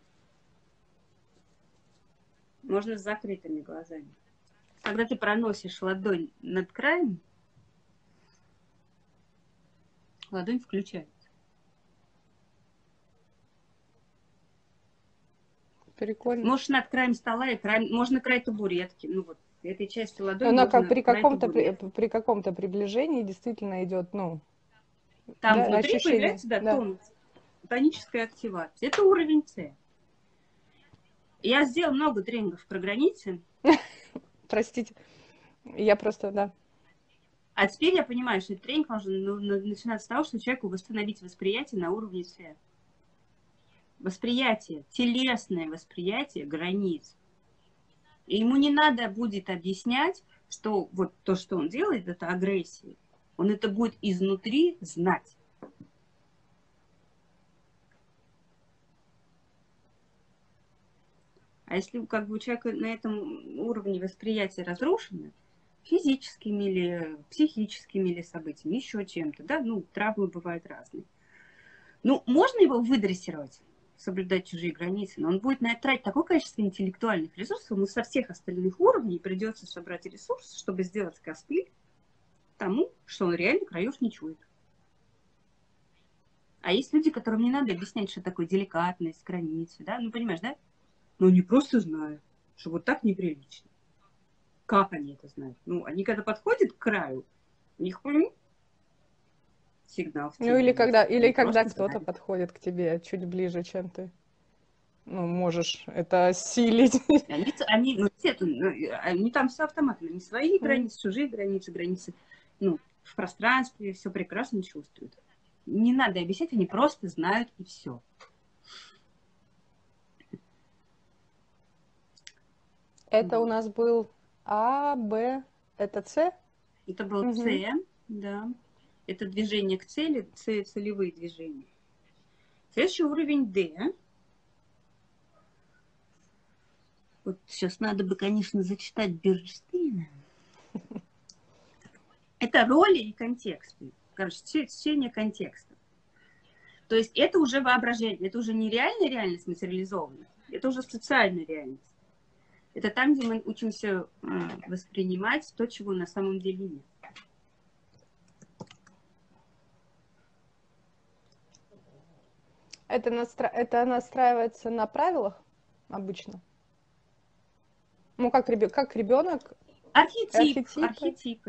Можно с закрытыми глазами. Когда ты проносишь ладонь над краем, ладонь включается. Прикольно. Можешь над краем стола и краем, можно край табуретки. Ну вот, этой части ладони Она можно как при край каком-то табуретки. при каком-то приближении действительно идет, ну, Там да, внутри ощущение, появляется, да, да. тоническая активация. Это уровень С. Я сделал много тренингов про границы. Простите, я просто, да. А теперь я понимаю, что этот тренинг можно начинать с того, что человеку восстановить восприятие на уровне С. Восприятие, телесное восприятие границ. И ему не надо будет объяснять, что вот то, что он делает, это агрессия. Он это будет изнутри знать. А если как бы у человека на этом уровне восприятия разрушено, физическими или психическими или событиями, еще чем-то, да, ну, травмы бывают разные. Ну, можно его выдрессировать, соблюдать чужие границы, но он будет на это тратить такое количество интеллектуальных ресурсов, ему со всех остальных уровней придется собрать ресурсы, чтобы сделать костыль тому, что он реально краев не чует. А есть люди, которым не надо объяснять, что такое деликатность, границы, да, ну, понимаешь, да? Но они просто знают, что вот так неприлично. Как они это знают? Ну, они когда подходят к краю, у них сигнал в Ну, теле есть. или Они когда просто кто-то знают. подходит к тебе чуть ближе, чем ты, ну, можешь это осилить. Ну, они там все автоматом. Они свои границы, чужие границы, границы, ну, в пространстве, все прекрасно чувствуют. Не надо объяснять, они просто знают и все. Это у нас был А, Б, это С? Это был С, да. Это движение к цели, целевые движения. Следующий уровень Д. Вот сейчас надо бы, конечно, зачитать Бернштейна. Это роли и контексты. Короче, чтение контекста. То есть это уже воображение, это уже не реальная реальность материализованная, это уже социальная реальность. Это там, где мы учимся воспринимать то, чего на самом деле нет. Это настраивается на правилах обычно? Ну, как ребенок? Архетип.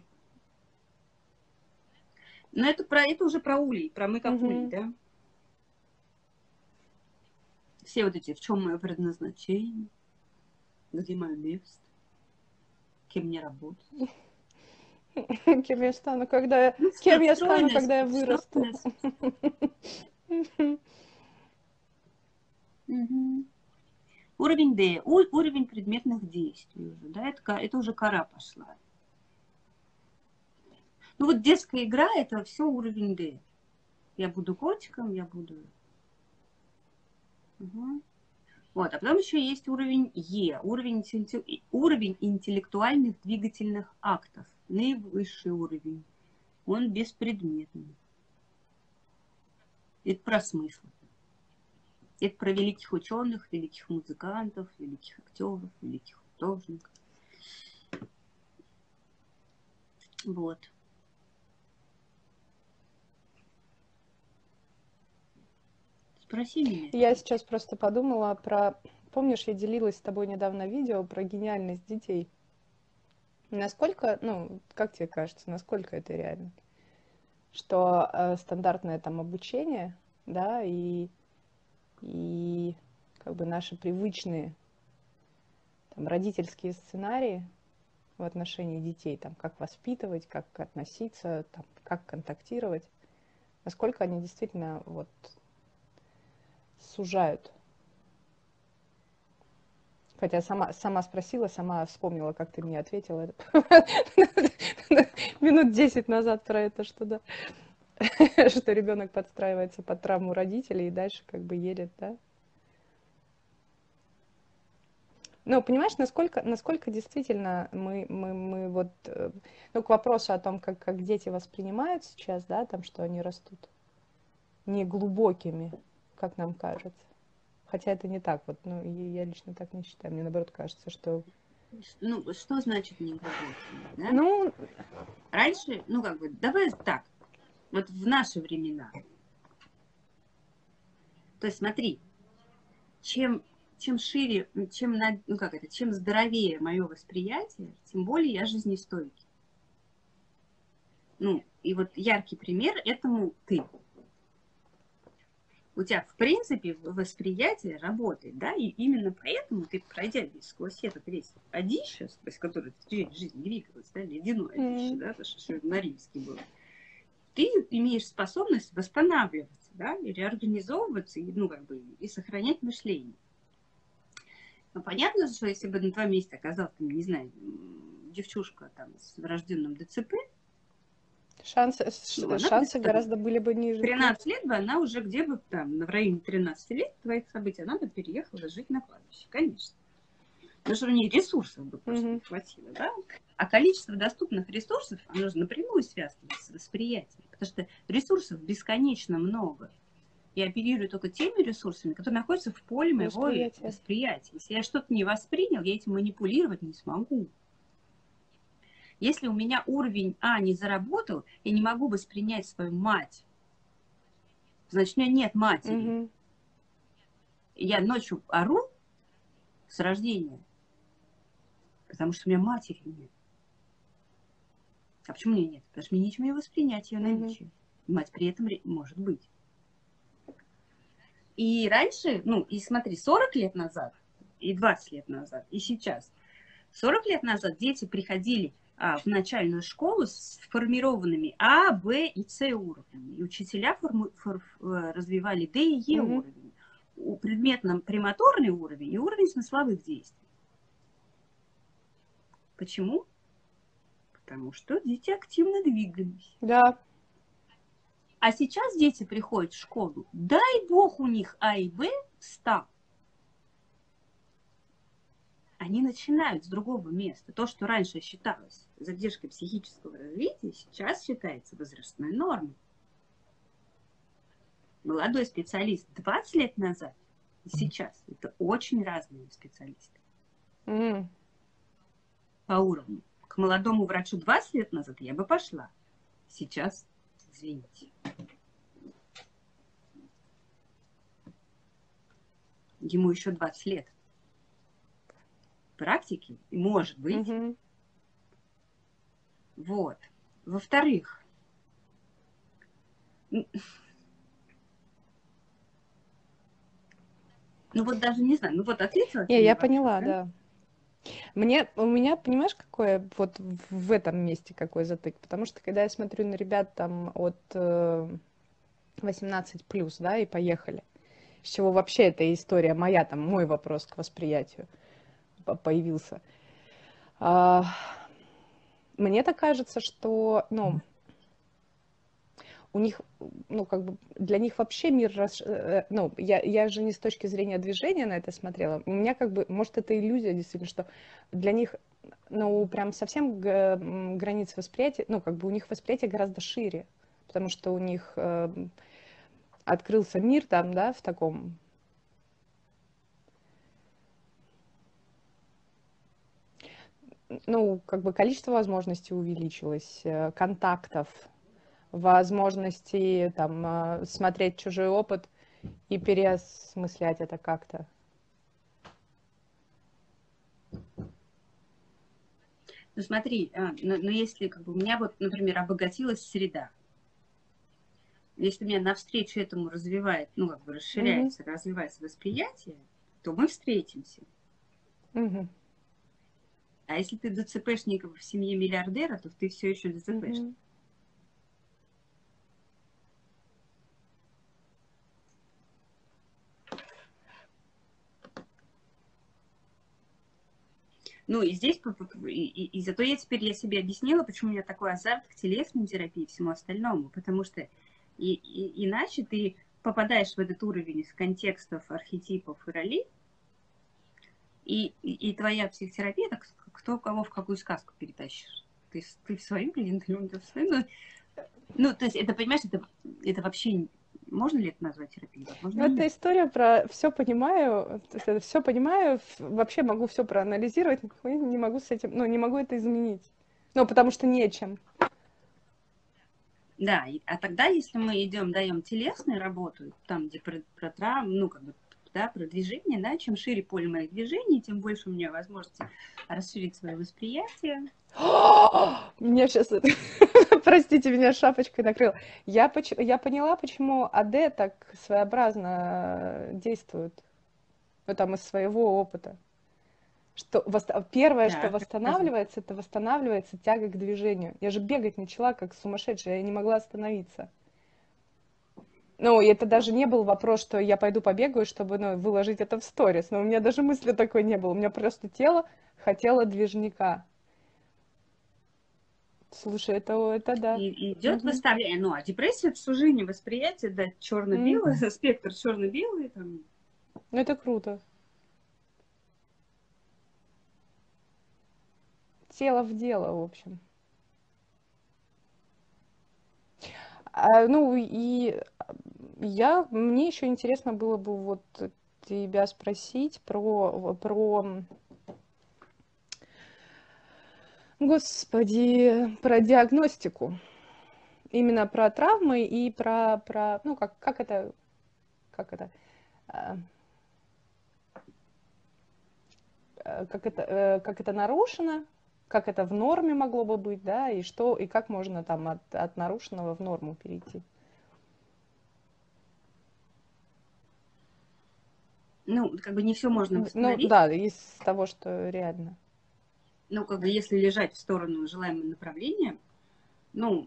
Но это уже про улей, про мы как улей, да? Все вот эти, в чем мое предназначение, где мое место, кем мне работать. Кем я стану, когда я вырасту? Уровень D, уровень предметных действий уже, да, это уже кора пошла. Ну вот детская игра, это все уровень D. Я буду котиком, я буду... Вот, а потом еще есть уровень Е, уровень интеллектуальных двигательных актов, наивысший уровень. Он беспредметный. Это про смысл. Это про великих ученых, великих музыкантов, великих актеров, великих художников. Вот. Спроси меня. Я сейчас просто подумала про... Помнишь, я делилась с тобой недавно видео про гениальность детей? Насколько, ну, как тебе кажется, насколько это реально? Что стандартное там обучение, да, и как бы наши привычные там, родительские сценарии в отношении детей, там, как воспитывать, как относиться, там, как контактировать, насколько они действительно вот сужают. Хотя сама спросила, сама вспомнила, как ты мне ответила минут 10 назад про это, что да, что ребенок подстраивается под травму родителей и дальше как бы едет, да. Ну, понимаешь, насколько действительно мы вот, ну, к вопросу о том, как дети воспринимают сейчас, да, там, что они растут не глубокими, как нам кажется. Хотя это не так, вот, ну, я лично так не считаю. Мне, наоборот, кажется, что... Ну, что значит не глубокими, да? Ну... Раньше, ну, как бы, давай так, вот в наши времена. То есть, смотри, чем чем шире, чем здоровее мое восприятие, тем более я жизнестойкий. Ну, и вот яркий пример этому ты. У тебя, в принципе, восприятие работает, да, и именно поэтому ты, пройдя сквозь этот весь одище, сквозь который ты жизнь двигалась, да, ледяное одище, да, то, что на римский было, ты имеешь способность восстанавливаться, да, и реорганизовываться, и, ну, как бы, и сохранять мышление. Ну, понятно, что если бы на твоем месте оказалась, там, не знаю, девчушка там с врожденным ДЦП, шансы гораздо были бы ниже. 13 лет бы она уже где бы там, в районе 13 лет твоих событий, она бы переехала жить на кладбище, конечно. Потому что у нее ресурсов бы просто не хватило, да? А количество доступных ресурсов, оно же напрямую связано с восприятием, потому что ресурсов бесконечно много. Я оперирую только теми ресурсами, которые находятся в поле моего восприятия. Если я что-то не воспринял, я этим манипулировать не смогу. Если у меня уровень А не заработал, я не могу воспринять свою мать. Значит, у меня нет матери. Я ночью ору с рождения, потому что у меня матери нет. А почему у меня нет? Потому что мне нечем ее воспринять, ее наличие. Мать при этом может быть. И раньше, ну, и смотри, 40 лет назад, и 20 лет назад, и сейчас. 40 лет назад дети приходили в начальную школу с сформированными А, Б и С уровнями. И учителя развивали Д и Е уровень. Предметно-премоторный уровень и уровень смысловых действий. Почему? Потому что дети активно двигались. Да. А сейчас дети приходят в школу, дай бог у них А и Б 100. Они начинают с другого места. То, что раньше считалось задержкой психического развития, сейчас считается возрастной нормой. Молодой специалист 20 лет назад и сейчас – это очень разные специалисты по уровню. К молодому врачу 20 лет назад я бы пошла. Сейчас, извините. Ему еще 20 лет практики, может быть. Вот. Во-вторых, ну вот даже не знаю, ну вот ответила. Не, я поняла, да. У меня, понимаешь, какое вот в этом месте какой затык? Потому что когда я смотрю на ребят там от 18+, да, и поехали, с чего вообще эта история моя, там, мой вопрос к восприятию появился. Мне так кажется, что, ну, у них, ну, как бы, для них вообще мир, ну, я же не с точки зрения движения на это смотрела, у меня, как бы, может, это иллюзия, действительно, что для них, ну, прям совсем границы восприятия, ну, как бы, у них восприятие гораздо шире, потому что у них открылся мир там, да, в таком... Ну, как бы количество возможностей увеличилось, контактов, возможности там смотреть чужой опыт и переосмыслять это как-то. Ну смотри, но если как бы у меня вот, например, обогатилась среда, если у меня навстречу этому развивает, ну как бы расширяется, развивается восприятие, то мы встретимся. А если ты ДЦПшник в семье миллиардера, то ты все еще ДЦПшник. Ну и здесь, и зато я себе объяснила, почему у меня такой азарт к телесной терапии и всему остальному. Потому что иначе ты попадаешь в этот уровень из контекстов, архетипов и ролей, и твоя психотерапия, так кто кого в какую сказку перетащишь. Ты своим клиентам, ну, то есть это, понимаешь, это вообще... Можно ли это назвать терапией? Ну, это история про все понимаю, вообще могу все проанализировать, не могу с этим, ну, не могу это изменить. Ну, потому что нечем. Да, а тогда, если мы даем телесную работу, там, где про травму, ну, как бы да, про движение, да, чем шире поле моих движений, тем больше у меня возможности расширить свое восприятие. Мне сейчас, простите, меня шапочкой накрыло. Я поняла, почему АД так своеобразно действует. Ну, там, из своего опыта. Что первое, что Так, рассказывай. восстанавливается, это восстанавливается тяга к движению. Я же бегать начала как сумасшедшая, я не могла остановиться. Ну, и это даже не был вопрос, что я пойду побегаю, чтобы, ну, выложить это в сторис. Но у меня даже мысли такой не было. У меня просто тело хотело движника. Слушай, это да. И идет Мгм. выставление. Ну, а депрессия это сужение восприятия, да, черно-белое, спектр черно-белый, там. Ну, это круто. Тело в дело, в общем. Ну, и мне еще интересно было бы вот тебя спросить господи, про диагностику. Именно про травмы и ну, как это, э, как это нарушено, как это в норме могло бы быть, да, и как можно там от нарушенного в норму перейти. Ну, как бы не все можно Ну, восстановить. да, из того, что реально. Ну, как бы если лежать в сторону желаемого направления, ну,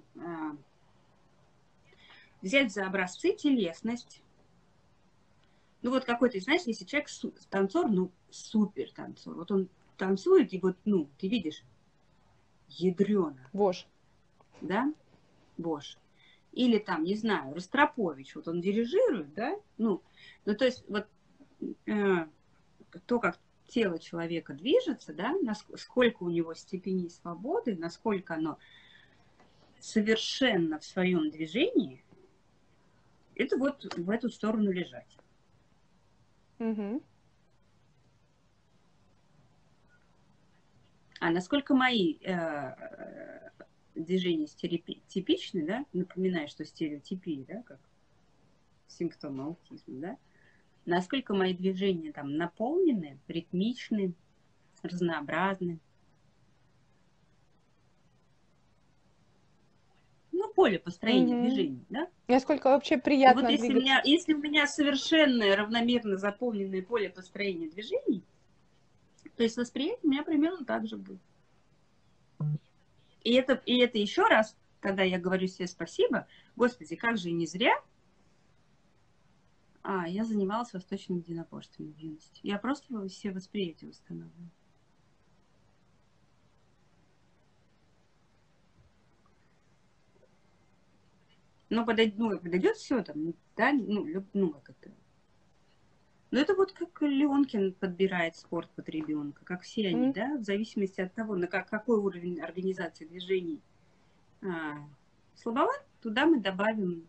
взять за образцы телесность. Ну, вот какой-то, знаешь, если человек танцор, ну, супер танцор. Вот он танцует, и вот, ну, ты видишь, ядрёно, Вож. да, Бош. Или там, не знаю, Ростропович, вот он дирижирует, да, ну то есть вот э, то, как тело человека движется, да, насколько у него степени свободы, насколько оно совершенно в своем движении, это вот в эту сторону лежать. Угу. А насколько мои движения стереотипичны, да, напоминаю, что стереотипия, да, как симптом аутизма, да, насколько мои движения там наполнены, ритмичны, разнообразны. Ну, поле построения Угу. движений, да. Насколько вообще И вот приятно двигаться. если у меня совершенно равномерно заполненное поле построения движений, то есть восприятие у меня примерно так же будет. И это еще раз, когда я говорю себе спасибо, Господи, как же и не зря я занималась восточным единоборством в юности. Я просто все восприятия восстанавливаю. Ну, подойдет все там, да, ну, как это. Ну, это вот как Леонкин подбирает спорт под ребенка, как все они, да, в зависимости от того, на какой уровень организации движений слабоват, туда мы добавим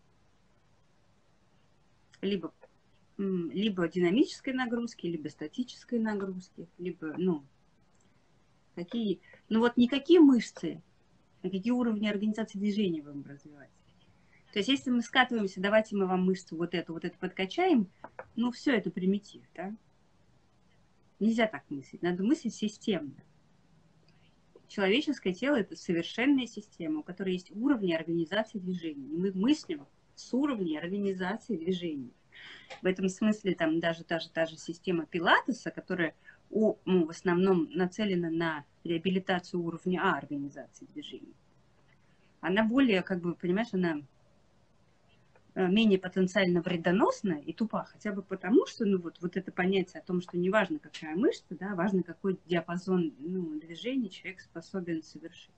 либо динамической нагрузки, либо статической нагрузки, либо, ну, какие, ну вот не какие мышцы, а какие уровни организации движения будем развивать. То есть, если мы скатываемся, давайте мы вам мышцу вот это подкачаем, ну, все это примитив, да? Нельзя так мыслить, надо мыслить системно. Человеческое тело – это совершенная система, у которой есть уровни организации движений. И мы мыслим с уровней организации движений. В этом смысле там даже та же система Пилатеса, которая в основном нацелена на реабилитацию уровня организации движений. Она более, как бы, понимаешь, она менее потенциально вредоносна и тупа, хотя бы потому, что ну, вот это понятие о том, что не важно, какая мышца, да, важно, какой диапазон движений человек способен совершить.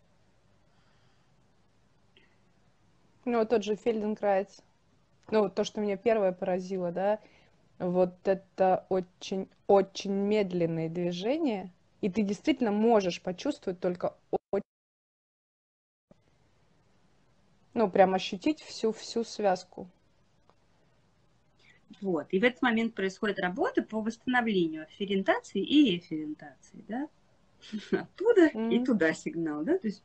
Ну, вот тот же Фельденкрайц. Ну, то, что меня первое поразило, да, вот это очень-очень медленные движения, и ты действительно можешь почувствовать только ну, прям ощутить всю связку. Вот. И в этот момент происходит работа по восстановлению афферентации и эфферентации, да? Оттуда и туда сигнал, да? То есть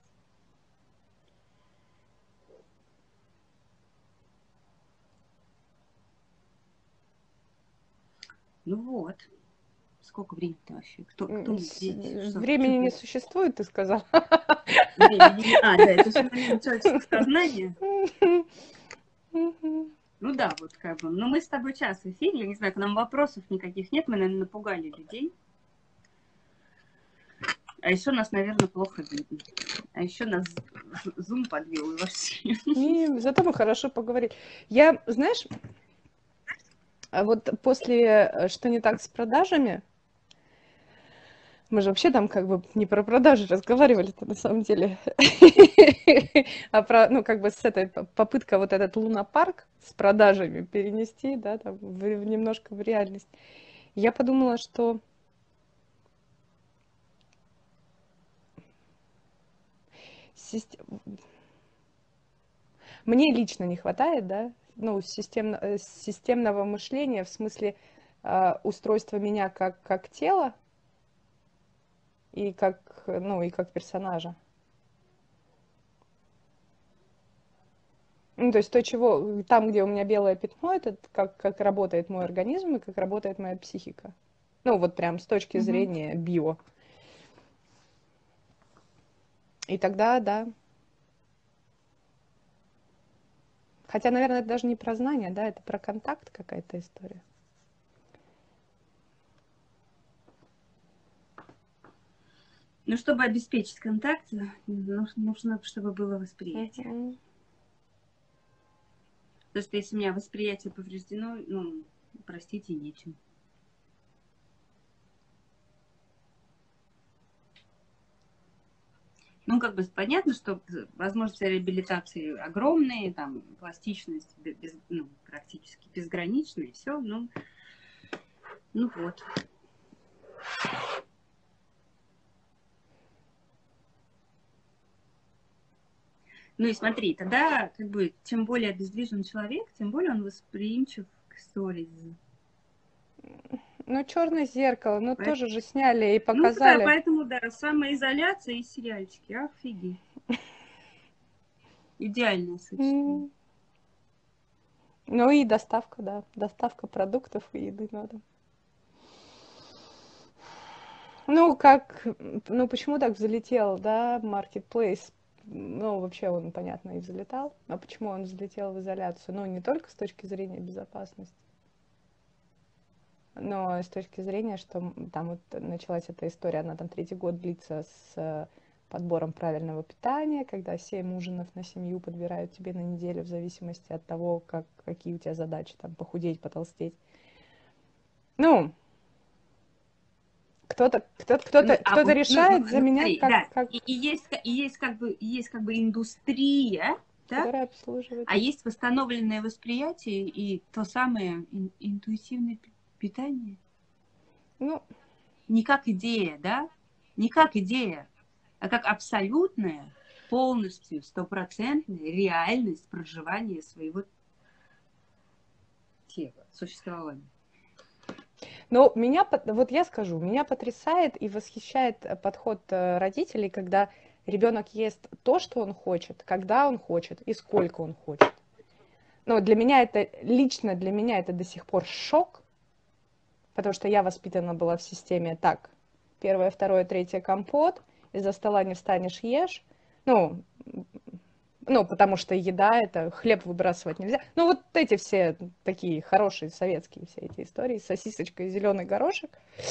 Ну вот. Сколько времени-то вообще? Кто мы здесь? Что Времени не ты существует, ты сказал. времени? А, да, это феномен человеческого сознания. Ну да, вот как бы. Но мы с тобой час в эфире, я не знаю, к нам вопросов никаких нет, мы, наверное, напугали людей. А еще нас, наверное, плохо видно. А еще нас Zoom подвел вообще. Зато мы хорошо поговорили. Я, знаешь, вот после «Что не так с продажами», мы же вообще там как бы не про продажи разговаривали-то на самом деле, а про, ну, как бы с этой попытка вот этот лунопарк с продажами перенести, да, там, немножко в реальность. Я подумала, что мне лично не хватает, да, ну, системного мышления в смысле устройства меня как тела и как, ну, и как персонажа. Ну, то есть то, чего, там, где у меня белое пятно, это как работает мой организм и как работает моя психика. Ну, вот прям с точки зрения био. И тогда, да. Хотя, наверное, это даже не про знание, да, это про контакт какая-то история. Ну, чтобы обеспечить контакт, нужно, чтобы было восприятие. Потому что если у меня восприятие повреждено, ну, простите, нечем. Ну, как бы понятно, что возможности реабилитации огромные, там, пластичность ну, практически безграничная, и все, ну вот. Ну и смотри, тогда как бы чем более обездвижен человек, тем более он восприимчив к истории. Ну, «Черное зеркало», ну, тоже же сняли и Ну да, показали. поэтому, да, самоизоляция и сериальчики, офигеть. Идеальное сочетание. Ну и доставка, да, доставка продуктов и еды на дом. Ну, ну почему так взлетел, да, Marketplace? Ну, вообще он, понятно, и взлетал. Но почему он взлетел в изоляцию? Ну, не только с точки зрения безопасности, но и с точки зрения, что там вот началась эта история, она там 3-й год длится с подбором правильного питания, когда 7 ужинов на семью подбирают тебе на неделю в зависимости от того, какие у тебя задачи, там, похудеть, потолстеть. Ну, кто-то решает за меня, смотри, да, и есть как бы индустрия, да, которая обслуживает. а есть восстановленное восприятие и то самое интуитивное питание. Ну, Не как идея, да, не как идея, а как абсолютная, полностью стопроцентная реальность проживания своего тела, существования. но вот я скажу, меня потрясает и восхищает подход родителей, когда ребенок ест то, что он хочет, когда он хочет и сколько он хочет. Но лично для меня это до сих пор шок, потому что я воспитана была в системе так: 1, 2, 3 компот, из-за стола не встанешь, ешь. Ну, потому что еда, это хлеб выбрасывать нельзя. Ну, вот эти все такие хорошие советские все эти истории, сосисочка и зеленый горошек.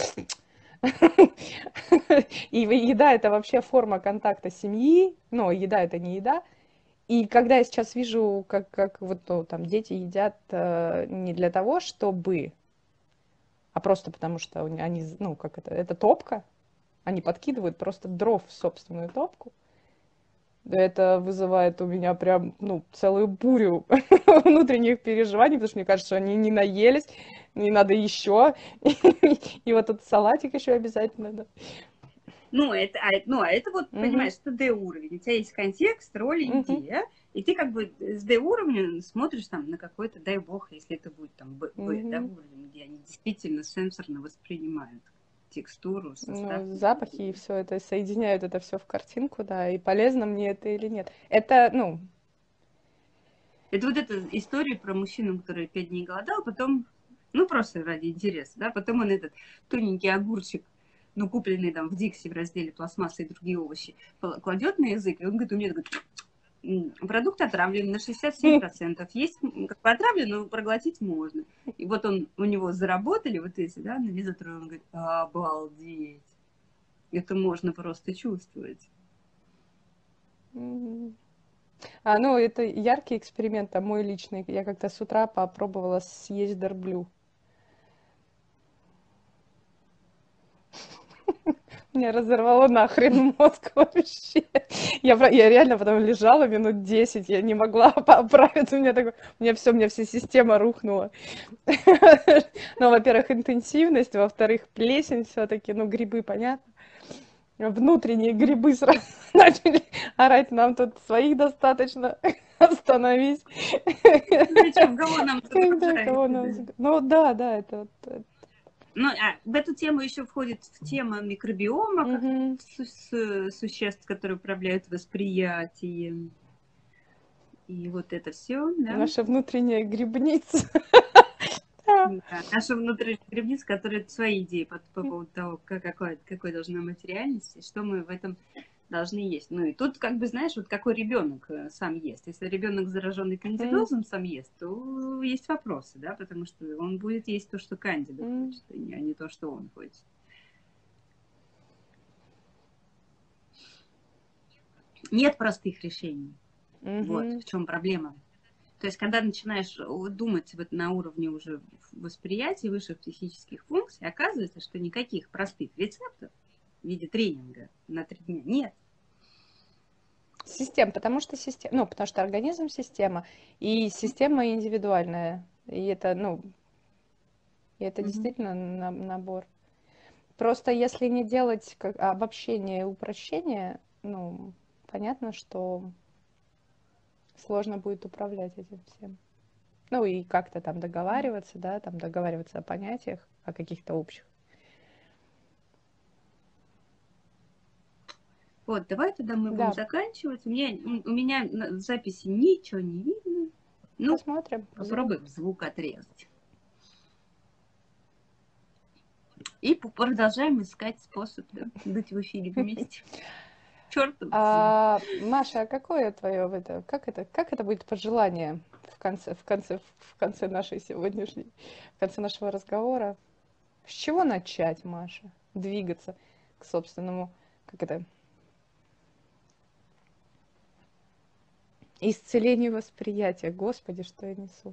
И еда это вообще форма контакта семьи, но еда это не еда. И когда я сейчас вижу, как вот там дети едят не для того, чтобы, а просто потому что они, ну, как это топка, они подкидывают просто дров в собственную топку. Это вызывает у меня прям, ну, целую бурю внутренних переживаний, потому что мне кажется, что они не наелись, не надо еще. И вот этот салатик еще обязательно, да. Ну, это вот, понимаешь, это D-уровень. У тебя есть контекст, роль, идея, и ты как бы с D-уровня смотришь там на какой-то, дай бог, если это будет там B, да, уровень, где они действительно сенсорно воспринимают текстуру, состав. Ну, запахи и все это, соединяют это все в картинку, да, и полезно мне это или нет. Это, Это вот эта история про мужчину, который 5 дней голодал, потом Ну, просто ради интереса, да. Потом он этот тоненький огурчик, ну, купленный там в Дикси в разделе пластмассы и другие овощи, кладет на язык, и он говорит, у меня такой, продукт отравлен на 67%. Есть как бы отравлен, но проглотить можно. И вот у него заработали вот эти, да, анализаторы, он говорит, обалдеть. Это можно просто чувствовать. Ну, это яркий эксперимент, а мой личный. Я как-то с утра попробовала съесть дорблю. Меня разорвало нахрен мозг вообще. Я реально потом лежала минут 10, я не могла оправиться. У меня вся система рухнула. Ну, во-первых, интенсивность, во-вторых, плесень все-таки, ну, грибы, понятно. Внутренние грибы сразу начали орать, нам тут своих достаточно, остановись. Зачем? Кого нам загружаете? Ну да, это вот. Ну, в эту тему еще входит тема микробиома, существ, которые управляют восприятием. И вот это все, да? Наша внутренняя грибница. Да, наша внутренняя грибница, которая свои идеи по поводу того, какой должна быть реальность, и что мы в этом должны есть. Ну и тут, как бы, знаешь, вот какой ребенок сам ест. Если ребенок, зараженный кандидозом, сам ест, то есть вопросы, да, потому что он будет есть то, что кандида хочет, а не то, что он хочет. Нет простых решений. Вот в чем проблема. То есть, когда начинаешь думать вот на уровне уже восприятия высших психических функций, оказывается, что никаких простых рецептов в виде тренинга на 3 дня нет. Потому что организм система, и система индивидуальная. И это, действительно набор. Просто если не делать обобщение и упрощение, понятно, что сложно будет управлять этим всем. Ну и как-то там договариваться, да, договариваться о понятиях, о каких-то общих. Вот, давай тогда мы будем заканчивать. У меня в записи ничего не видно. Ну, посмотрим. Попробуем звук отрезать. И продолжаем искать способ быть в эфире вместе. Маша, а какое твое как это будет пожелание в конце нашего разговора? С чего начать, Маша? Двигаться к собственному, исцелению восприятия. Господи, что я несу.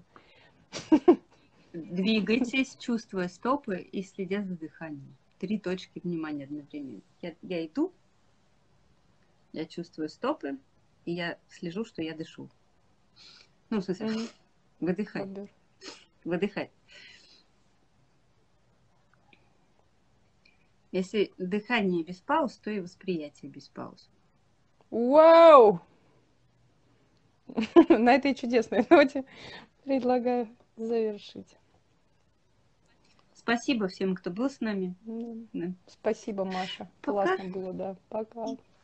Двигайтесь, чувствуя стопы и следя за дыханием. 3 точки внимания одновременно. Я иду, я чувствую стопы, и я слежу, что я дышу. Ну, в смысле, выдыхать. Выдыхать. Если дыхание без пауз, то и восприятие без пауз. Вау! На этой чудесной ноте предлагаю завершить. Спасибо всем, кто был с нами. Спасибо, Маша. Пока. Классно было, да. Пока.